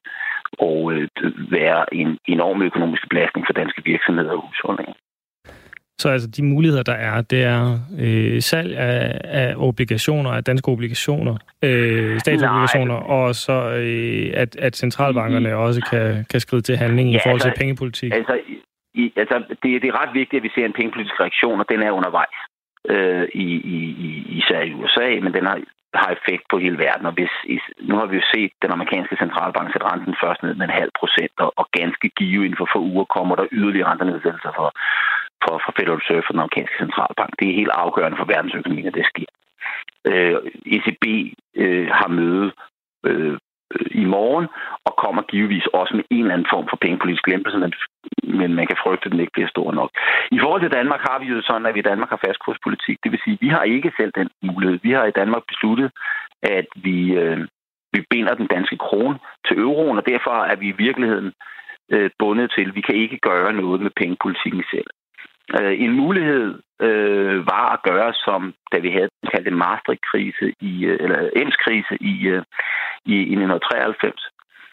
og øh, være en enorm økonomisk belastning for danske virksomheder og husholdninger. Så altså de muligheder, der er, det er øh, salg af, af obligationer, af danske obligationer, øh, statsobligationer, Nej. og så øh, at, at centralbankerne I, også kan, kan skride til handling ja, i forhold til altså, pengepolitik. Altså, i, altså det, det er ret vigtigt, at vi ser en pengepolitisk reaktion, og den er undervejs, øh, i, i, især i U S A, men den har, har effekt på hele verden. Og hvis, nu har vi jo set den amerikanske centralbank sætte renten først ned med en halv procent, og, og ganske give inden for få uger kommer der yderligere rentenedsættelser for for, for Federal Reserve for den amerikanske centralbank. Det er helt afgørende for verdensøkonomien, at det sker. Øh, E C B øh, har møde øh, i morgen, og kommer givetvis også med en eller anden form for pengepolitisk lempelse, men, men man kan frygte, at den ikke bliver stor nok. I forhold til Danmark har vi jo sådan, at vi i Danmark har fastkurspolitik. Det vil sige, at vi har ikke selv den mulighed. Vi har i Danmark besluttet, at vi, øh, vi binder den danske krone til euroen, og derfor er vi i virkeligheden øh, bundet til. Vi kan ikke gøre noget med pengepolitikken selv. En mulighed øh, var at gøre, som da vi havde den kaldte Maastricht-krise, i, eller E M S-krise i, i, i nitten treoghalvfems.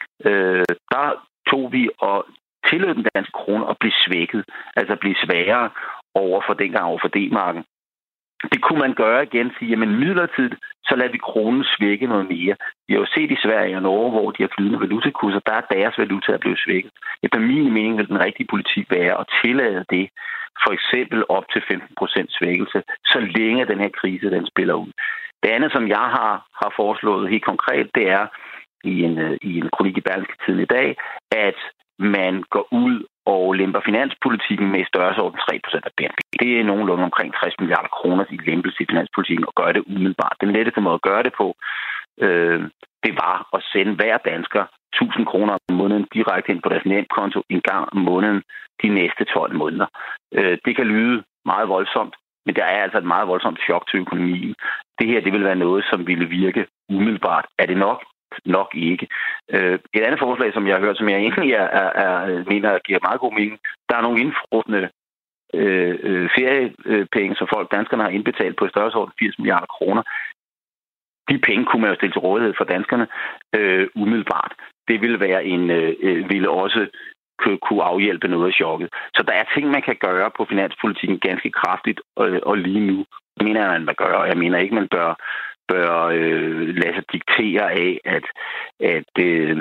Øh, der tog vi og tillod den danske krone at blive svækket, altså blive svagere over for dengang over for D-marken. Det kunne man gøre igen, sige, jamen midlertidigt, så lader vi kronen svække noget mere. Vi har jo set i Sverige og Norge, hvor de har flydende valutakurser, der er deres valuta blevet svækket. Efter min mening vil den rigtige politik være at tillade det, for eksempel op til femten procent svækkelse, så længe den her krise, den spiller ud. Det andet, som jeg har, har foreslået helt konkret, det er i en, i en kronik i Berlingske Tidende i dag, at man går ud og lemper finanspolitikken med i størrelsesorden tre procent af B N P. Det er nogenlunde omkring tres milliarder kroner i lempelse i finanspolitikken, og gør det umiddelbart. Den letteste måde at gøre det på, øh, det var at sende hver dansker tusind kroner om måneden direkte ind på deres nemkonto en gang om måneden de næste tolv måneder. Øh, det kan lyde meget voldsomt, men det er altså et meget voldsomt chok til økonomien. Det her, det vil være noget, som ville virke umiddelbart. Er det nok? Nok ikke. Øh, et andet forslag, som jeg har hørt, som jeg egentlig er, er, er, mener giver meget god mening, der er nogle indfrosne øh, øh, feriepenge, som folk, danskerne har indbetalt på i størrelsesorden firs milliarder kroner. De penge kunne man jo stille til rådighed for danskerne øh, umiddelbart. Det ville være en, øh, ville også kunne afhjælpe noget af chokket. Så der er ting, man kan gøre på finanspolitikken ganske kraftigt, og, og lige nu mener jeg, man bør gøre. Jeg mener ikke, man bør bør øh, lade sig diktere af, at, at, øh,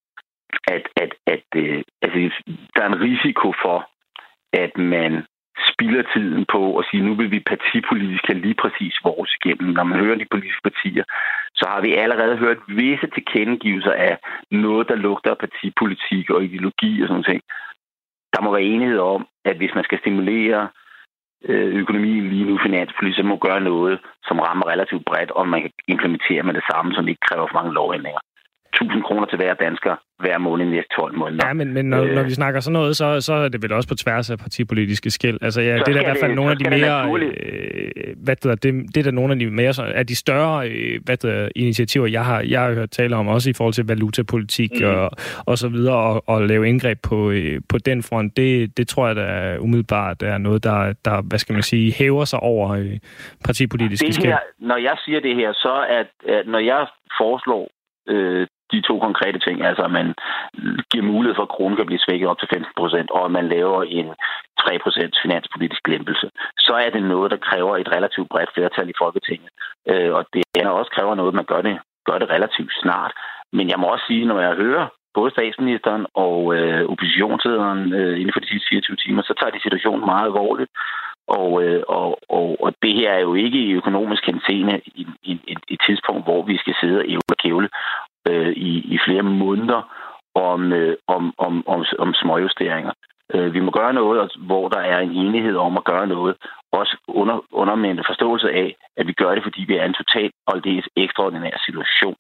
at, at, at øh, altså, der er en risiko for, at man spilder tiden på at sige, nu vil vi partipolitisk have lige præcis vores igennem. Når man hører de politiske partier, så har vi allerede hørt visse tilkendegivelser af noget, der lugter af partipolitik og ideologi og sådan noget. Der må være enighed om, at hvis man skal stimulere økonomien lige nu finanspolitisk, så må gøre noget, som rammer relativt bredt, og man kan implementere med det samme, som ikke kræver for mange lovændringer. tusind kroner til hver dansker hver måned i næste tolv måneder. Ja, men, men når, øh, når vi snakker sådan noget, så, så er det vel også på tværs af partipolitiske skel. Altså ja, det er der i hvert fald nogle af de mere, øh, hvad det, det, det er der nogle af de mere, af de større øh, hvad det, initiativer, jeg har, jeg har hørt tale om, også i forhold til valutapolitik mm. og, og så videre, og, og lave indgreb på, øh, på den front. Det, det tror jeg, der umiddelbart er noget, der, der, hvad skal man sige, hæver sig over øh, partipolitiske det skel. Her, når jeg siger det her, så at, at når jeg foreslår øh, de to konkrete ting, altså at man giver mulighed for, at kronen kan blive svækket op til femten procent, og at man laver en tre procent finanspolitisk lempelse, så er det noget, der kræver et relativt bredt flertal i Folketinget. Øh, og det er også kræver noget, at man gør det, gør det relativt snart. Men jeg må også sige, når jeg hører både statsministeren og øh, oppositionslederen øh, inden for de sidste fireogtyve timer, så tager de situationen meget alvorligt. Og, øh, og, og, og det her er jo ikke i økonomisk henseende i, i, i et tidspunkt, hvor vi skal sidde og ævle og kævle øh, i, i flere måneder om, øh, om, om, om, om småjusteringer. Øh, vi må gøre noget, hvor der er en enighed om at gøre noget, også under, under med en forståelse af, at vi gør det, fordi vi er en totalt og aldeles ekstraordinær situation.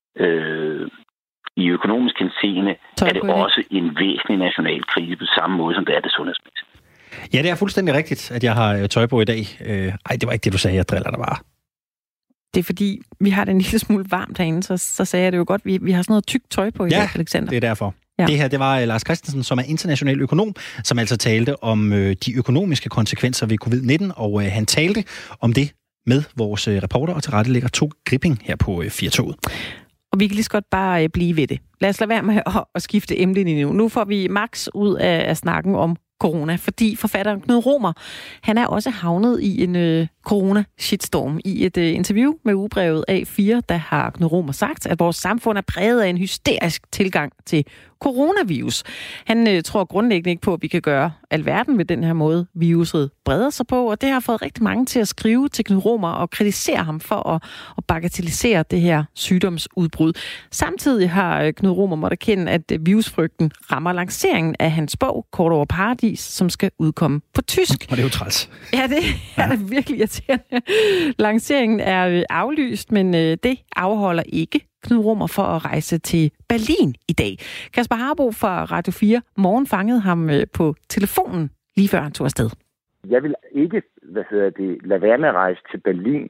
Øh, I økonomisk henseende er det også en væsentlig national krise på samme måde, som det er det sundhedsmæssigt. Ja, det er fuldstændig rigtigt, at jeg har tøj på i dag. Øh, ej, det var ikke det, du sagde. Jeg driller dig bare. Det er fordi, vi har det en lille smule varmt herinde, så, så sagde jeg det jo godt. Vi, vi har sådan noget tykt tøj på i ja, dag, Alexander. det er derfor. Ja. Det her, det var Lars Christensen, som er international økonom, som altså talte om øh, de økonomiske konsekvenser ved covid nitten, og øh, han talte om det med vores øh, reporter og tilrettelægger Tove Gripping her på øh, Firtoget. Og vi kan lige så godt bare øh, blive ved det. Lad os lade være med at, at skifte emne nu. Nu får vi max ud af, af snakken om corona, fordi forfatteren Knud Romer, han er også havnet i en øh, corona-shitstorm. I et øh, interview med ugebrevet A fire, der har Knud Romer sagt, at vores samfund er præget af en hysterisk tilgang til coronavirus. Han øh, tror grundlæggende ikke på, at vi kan gøre alverden ved den her måde, viruset breder sig på, og det har fået rigtig mange til at skrive til Knud Romer og kritisere ham for at, at bagatellisere det her sygdomsudbrud. Samtidig har øh, Knud Romer måtte erkende, at øh, virusfrygten rammer lanceringen af hans bog, Kort over Paradis, som skal udkomme på tysk. Og det er jo træls. Ja, det er ja. virkelig irriterende. Lanceringen er øh, aflyst, men øh, det afholder ikke Knud Romer for at rejse til Berlin i dag. Kasper Harbo fra Radio fire Morgen fangede ham øh, på telefonen, lige før han tog afsted. Jeg vil ikke, hvad hedder det, lade være med at rejse til Berlin,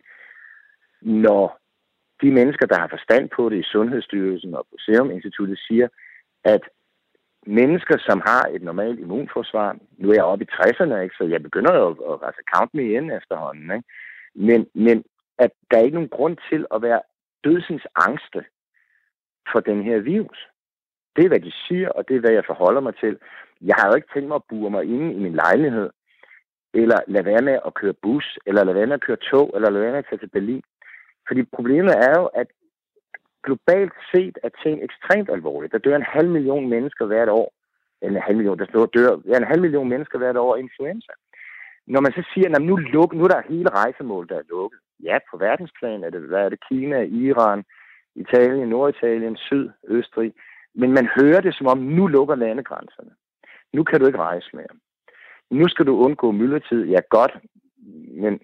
når de mennesker, der har forstand på det i Sundhedsstyrelsen og på Serum Instituttet, siger, at mennesker, som har et normalt immunforsvar, nu er jeg oppe i tresserne, ikke, så jeg begynder jo at, at altså, count me in efterhånden, ikke? Men, men at der er ikke nogen grund til at være dødsensangste for den her virus. Det er, hvad de siger, og det er, hvad jeg forholder mig til. Jeg har jo ikke tænkt mig at bure mig inde i min lejlighed, eller lade være med at køre bus, eller lade være med at køre tog, eller lade være med at tage til Berlin. Fordi problemet er jo, at globalt set er ting ekstremt alvorligt. Der dør en halv million mennesker hvert år. En halv million, der dør ja, en halv million mennesker hvert år af influenza. Når man så siger, at nu, luk, nu er der hele rejsemål, der er lukket. Ja, på verdensplan er det, hvad er det, Kina, Iran, Italien, Norditalien, Syd, Østrig. Men man hører det, som om nu lukker landegrænserne. Nu kan du ikke rejse mere. Nu skal du undgå myldretid. Ja, godt, men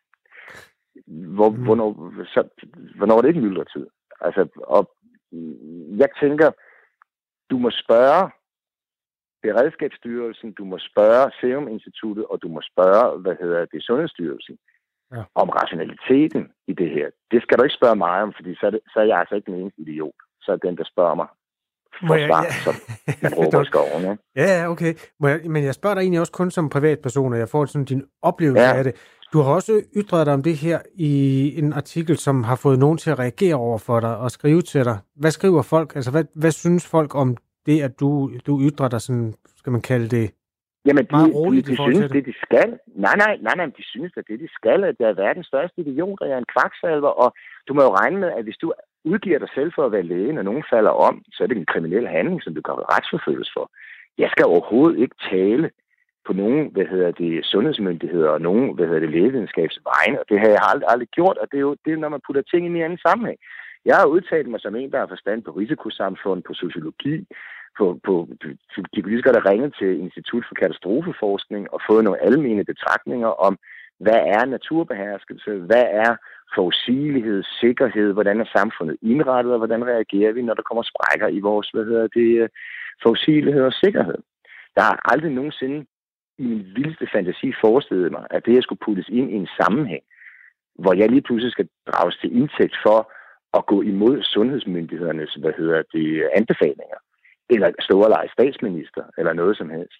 hvor, mm. hvornår, så, hvornår er det ikke myldretid? Altså, og jeg tænker, du må spørge Beredskabsstyrelsen, du må spørge Serum Instituttet, og du må spørge, hvad hedder det, Sundhedsstyrelsen, ja. om rationaliteten i det her. Det skal du ikke spørge mig om, fordi så er, det, så er jeg altså ikke den eneste idiot. Så er den, der spørger mig for jeg, svar, ja. som man råber i skoven. Ja, ja, okay. Må jeg, men jeg spørger dig egentlig også kun som privatperson, og jeg får sådan din oplevelse ja. af det. Du har også ytret dig om det her i en artikel, som har fået nogen til at reagere over for dig og skrive til dig. Hvad skriver folk? Altså, hvad, hvad synes folk om det, at du, du ytrer dig sådan, skal man kalde det, Jamen, de, meget roligt de, de, i forhold til synes, det. det, de skal. Nej, nej, nej, nej, de synes, at det, de skal, at jeg er verdens største idiot, og jeg er en kvaksalver, og du må jo regne med, at hvis du udgiver dig selv for at være læge, når nogen falder om, så er det en kriminel handling, som du kan retsforfølges for. Jeg skal overhovedet ikke tale på nogen, hvad hedder det, sundhedsmyndigheder og nogen, hvad hedder det, lægevidenskabsvegne, og det har jeg aldrig, aldrig gjort, og det er jo det er, når man putter ting ind i en anden sammenhæng. Jeg har udtalt mig som en, der har forstand på risikosamfund, på sociologi, på, på de politikere, der ringede til Institut for Katastrofeforskning og fået nogle almene betragtninger om, hvad er naturbeherskelse, hvad er forudsigelighed, sikkerhed, hvordan er samfundet indrettet, og hvordan reagerer vi, når der kommer sprækker i vores, hvad hedder det, forudsigelighed og sikkerhed. Der har aldrig nogensinde i min vildeste fantasi forestillet mig, at det, jeg skulle puttes ind i en sammenhæng, hvor jeg lige pludselig skal drages til indtægt for at gå imod sundhedsmyndighedernes, hvad hedder det, anbefalinger, eller stå og lege statsminister, eller noget som helst.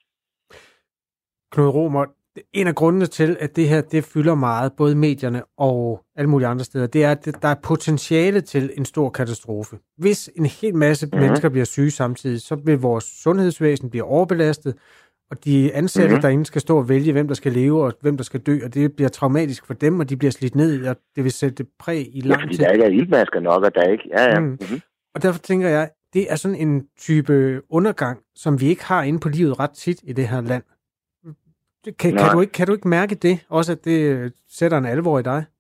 Knud Romer, en af grundene til, at det her det fylder meget, både i medierne og alle mulige andre steder, det er, at der er potentiale til en stor katastrofe. Hvis en hel masse mm-hmm. mennesker bliver syge samtidig, så vil vores sundhedsvæsen blive overbelastet, og de ansatte mm-hmm. derinde skal stå og vælge, hvem der skal leve og hvem der skal dø, og det bliver traumatisk for dem, og de bliver slidt ned, og det vil sætte præg i lang tid. Ja, fordi der ikke er iltmasker nok, og der ikke... Ja, ja. Mm. Mm-hmm. Og derfor tænker jeg, det er sådan en type undergang, som vi ikke har inde på livet ret tit i det her land. Kan, kan, du ikke, kan du ikke mærke det, også at det sætter en alvor i dig?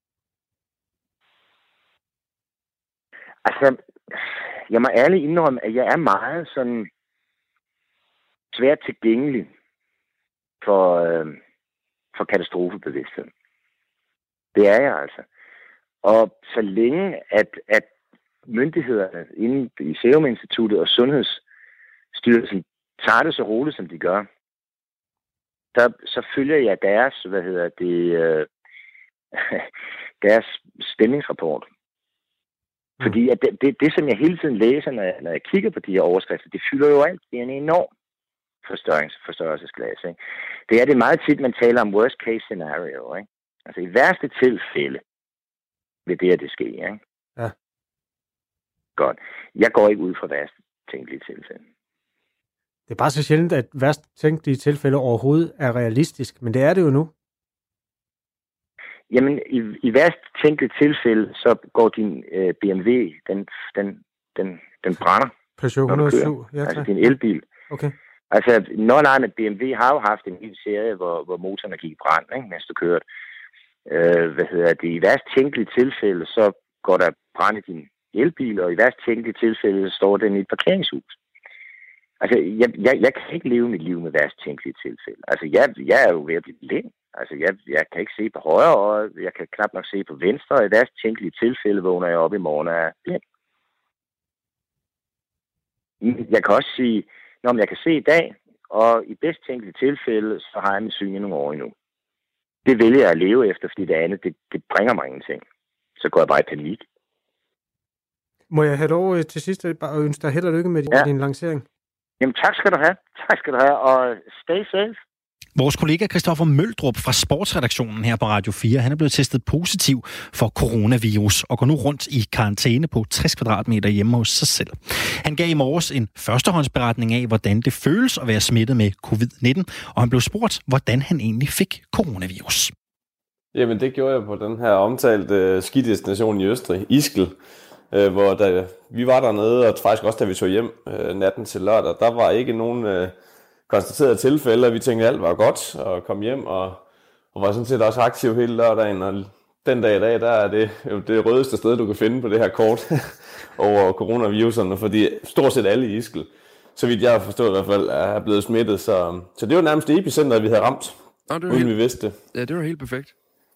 Altså, jeg må ærligt indrømme, at jeg er meget sådan svært tilgængelig for, øh, for katastrofebevidsthed. Det er jeg altså. Og så længe, at, at myndighederne inde i Serum Instituttet og Sundhedsstyrelsen tager det så roligt, som de gør, der, så følger jeg deres, hvad hedder det, øh, deres stemningsrapport. Mm. Fordi at det, det, det, som jeg hele tiden læser, når jeg, når jeg kigger på de her overskrifter, det fylder jo alt. Det er en enorm forstørrelse, forstørrelsesglas. Ikke? Det er det meget tit, man taler om worst case scenario. Ikke? Altså i værste tilfælde vil det her det ske. Ikke? Ja. Godt. Jeg går ikke ud fra værste tænkelige tilfælde. Det er bare så sjældent, at værst tænkelige tilfælde overhovedet er realistisk, men det er det jo nu. Jamen, i, i værst tænkelige tilfælde, så går din øh, B M W, den, den, den, den brænder. Peugeot et hundrede og syv, ja, altså din elbil. Okay. Altså, når nej, B M W har jo haft en lille serie, hvor, hvor motoren gik i brand, ikke, mens du kørte. Øh, hvad hedder det? I værst tænkelige tilfælde, så går der brand i din elbil, og i værst tænkelige tilfælde, så står den i et parkeringshus. Altså, jeg, jeg, jeg kan ikke leve mit liv med værst tænkelige tilfælde. Altså, jeg, jeg er jo ved at blive blind. Altså, jeg, jeg kan ikke se på højre øje, jeg kan knap nok se på venstre, og i værst tænkelige tilfælde vågner jeg op i morgen og er blind. Jeg kan også sige, når jeg kan se i dag, og i bedst tænkelige tilfælde, så har jeg min syn i nogle år endnu. Det vælger jeg at leve efter, fordi det andet, det, det bringer mig ingenting. Så går jeg bare i panik. Må jeg have lov til sidst bare ønske dig held og lykke med din, ja. din lancering? Jamen, tak skal du have. Tak skal du have, og stay safe. Vores kollega Christoffer Møldrup fra sportsredaktionen her på Radio fire, han er blevet testet positiv for coronavirus og går nu rundt i karantæne på tres kvadratmeter hjemme hos sig selv. Han gav i morges en førstehåndsberetning af, hvordan det føles at være smittet med covid nitten, og han blev spurgt, hvordan han egentlig fik coronavirus. Jamen, det gjorde jeg på den her omtalte skidestination i Østrig, Ischgl, hvor der, vi var dernede, og faktisk også da vi tog hjem natten til lørdag, der var ikke nogen konstaterede tilfælde, og vi tænkte, at alt var godt, og kom hjem, og, og var sådan set også aktiv hele lørdagen, og den dag i dag, der er det jo det rødeste sted, du kan finde på det her kort over coronaviruserne, fordi stort set alle i Ischgl, så vidt jeg har forstået i hvert fald, er blevet smittet, så, så det var nærmest epicenteret, vi havde ramt, oh, det var uden helt, vi vidste det. Ja, det var helt perfekt.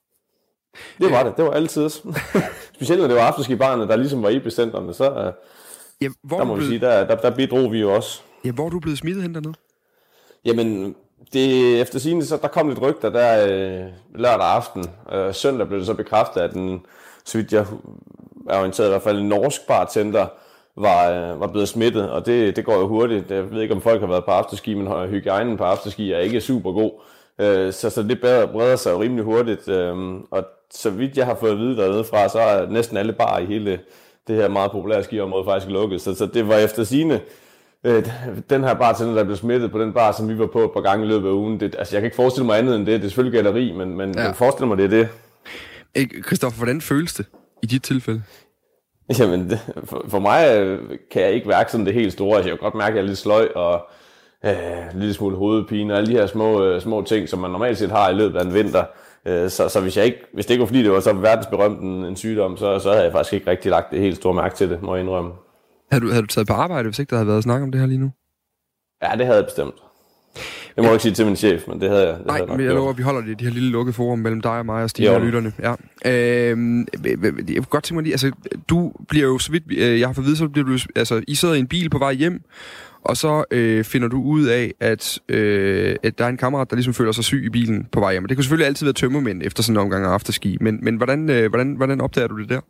Det var det, det var altid. Specielt når det var afterskibarerne, der ligesom var epicenterne, så ja, hvor der må blevet... vi sige, der, der, der bidrog vi jo også. Ja, hvor er du blevet smittet hen dernede? Jamen, det, efter sigende, så der kom lidt rygter der øh, lørdag aften. Øh, søndag blev det så bekræftet, at en, så vidt jeg er orienteret, i hvert fald en norsk bartender var, øh, var blevet smittet, og det, det går jo hurtigt. Jeg ved ikke, om folk har været på afterski, men hygiejnen på afterski er ikke super god. Øh, så, så det breder sig jo rimelig hurtigt, øh, og så vidt jeg har fået at vide dernede fra, så er næsten alle barer i hele det her meget populære skiområde faktisk lukket. Så, så det var efter sigende Øh, den her bartender, der blev smittet på den bar, som vi var på et par gange i løbet af ugen, det, altså jeg kan ikke forestille mig andet end det. Det er selvfølgelig galleri, men, men ja. jeg forestiller mig, det er det. Christoffer, hvordan føles det i dit tilfælde? Jamen, det, for, for mig kan jeg ikke mærke sådan det helt store. Altså, jeg kan godt mærke, at jeg er lidt sløj og øh, en lille smule hovedpine og alle de her små, øh, små ting, som man normalt set har i løbet af en vinter. Øh, så så hvis, jeg ikke, hvis det ikke var fordi, det var så verdensberømt en, en sygdom, så, så havde jeg faktisk ikke rigtig lagt det helt store mærke til det, må jeg indrømme. Havde du, havde du taget på arbejde, hvis ikke der havde været snak om det her lige nu? Ja, det havde jeg bestemt. Jeg må ja. ikke sige til min chef, men det havde jeg. Det Nej, havde men jeg lover, at vi holder det i de her lille lukkede forum mellem dig og mig og Stine og lytterne. Ja. Øhm, jeg kunne godt tænke mig lige, altså, du bliver jo, så vidt jeg har fået at vide, så bliver du, altså, I sidder i en bil på vej hjem, og så øh, finder du ud af, at, øh, at der er en kammerat, der ligesom føler sig syg i bilen på vej hjem. Det kunne selvfølgelig altid være tømmermænd efter sådan en omgang af afterski, men, men hvordan, øh, hvordan, hvordan opdager du det der?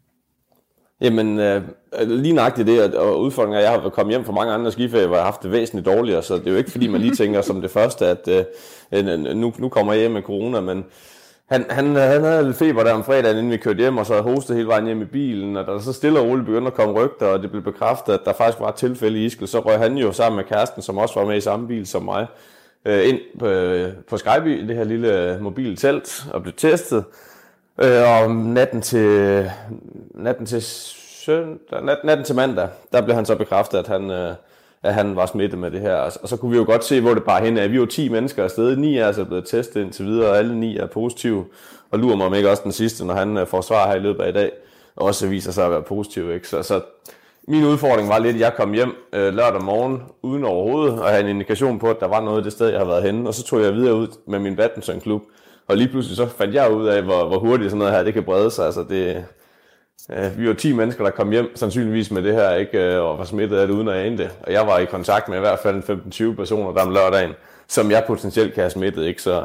Jamen, øh, lige nøjagtigt det, og udfordringen er, at jeg har kommet hjem fra mange andre skiferier, hvor jeg har haft det væsentligt dårligere, så det er jo ikke, fordi man lige tænker som det første, at øh, nu, nu kommer jeg hjem med corona, men han, han, han havde lidt feber der om fredagen, inden vi kørte hjem, og så havde hostet hele vejen hjem i bilen, og da der så stille og roligt begyndte at komme rygter, og det blev bekræftet, at der faktisk var et tilfælde i Ischgl, så røg han jo sammen med kæresten, som også var med i samme bil som mig, øh, ind på, på Skyby, det her lille mobile telt, og blev testet. Øh, og natten til natten til søndag, nat, natten til mandag, der blev han så bekræftet, at han, øh, at han var smittet med det her. Og, og så kunne vi jo godt se, hvor det bare hen er. Vi er jo ti mennesker afsted, ni er altså blevet testet indtil videre, og alle ni er positive. Og lurer mig om ikke også den sidste, når han øh, får svar her i løbet af i dag, også viser sig at være positiv. Ikke? Så, så min udfordring var lidt, at jeg kom hjem øh, lørdag morgen uden overhovedet, og havde en indikation på, at der var noget det sted, jeg har været henne. Og så tog jeg videre ud med min badmintonklub. Og lige pludselig så fandt jeg ud af, hvor, hvor hurtigt sådan noget her det kan brede sig. Altså det, øh, vi var ti mennesker, der kom hjem sandsynligvis med det her, ikke, øh, og var smittet af det uden at ane det. Og jeg var i kontakt med i hvert fald femten til tyve personer der om lørdagen, som jeg potentielt kan have smittet. Ikke? Så,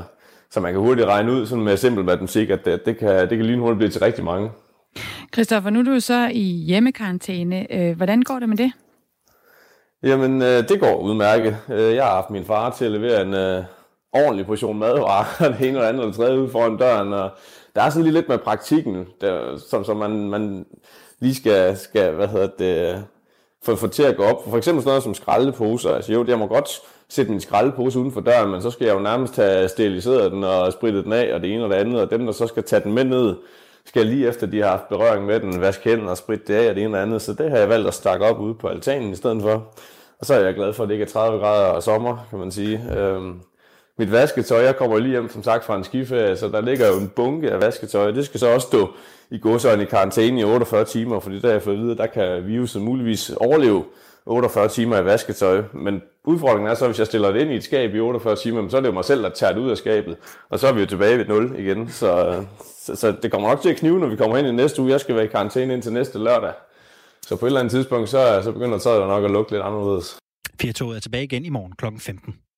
så man kan hurtigt regne ud sådan med simpel matematik, at det, det, kan, det kan lynhurtigt blive til rigtig mange. Christoffer, nu er du så i hjemmekarantæne. Hvordan går det med det? Jamen, det går udmærket. Jeg har haft min far til at levere en øh, ordentlig portion madvarer, det ene eller andet eller tredje ude foran døren, og der er sådan lige lidt med praktikken, der, som, som man, man lige skal, skal hvad hedder det, få, få til at gå op. For eksempel sådan noget som skraldeposer. Altså jo, jeg må godt sætte min skraldepose uden for døren, men så skal jeg jo nærmest have steriliseret den og spritet den af, og det ene og det andet, og dem, der så skal tage den med ned, skal lige efter de har haft berøring med den, vaske hænder og spritte det af, og det ene og andet. Så det har jeg valgt at stakke op ude på altanen i stedet for. Og så er jeg glad for, at det ikke er tredive grader og sommer, kan man sige. Øhm, mit vasketøj, jeg kommer lige hjem, som sagt, fra en skiferie, så der ligger jo en bunke af vasketøj. Det skal så også stå i gåsøjne i karantæne i otteogfyrre timer, fordi der har jeg fået at vide, der kan viruset muligvis overleve otteogfyrre timer i vasketøj. Men udfordringen er så, hvis jeg stiller det ind i et skab i otteogfyrre timer, så er det jo mig selv, der tager det ud af skabet. Og så er vi jo tilbage ved nul igen. Så, så, så det kommer nok til at knive, når vi kommer hen i næste uge. Jeg skal være i karantæne indtil næste lørdag. Så på et eller andet tidspunkt, så, så begynder tøjet nok at lugte lidt anderledes. Firtoget er tilbage igen i morgen klokken femten.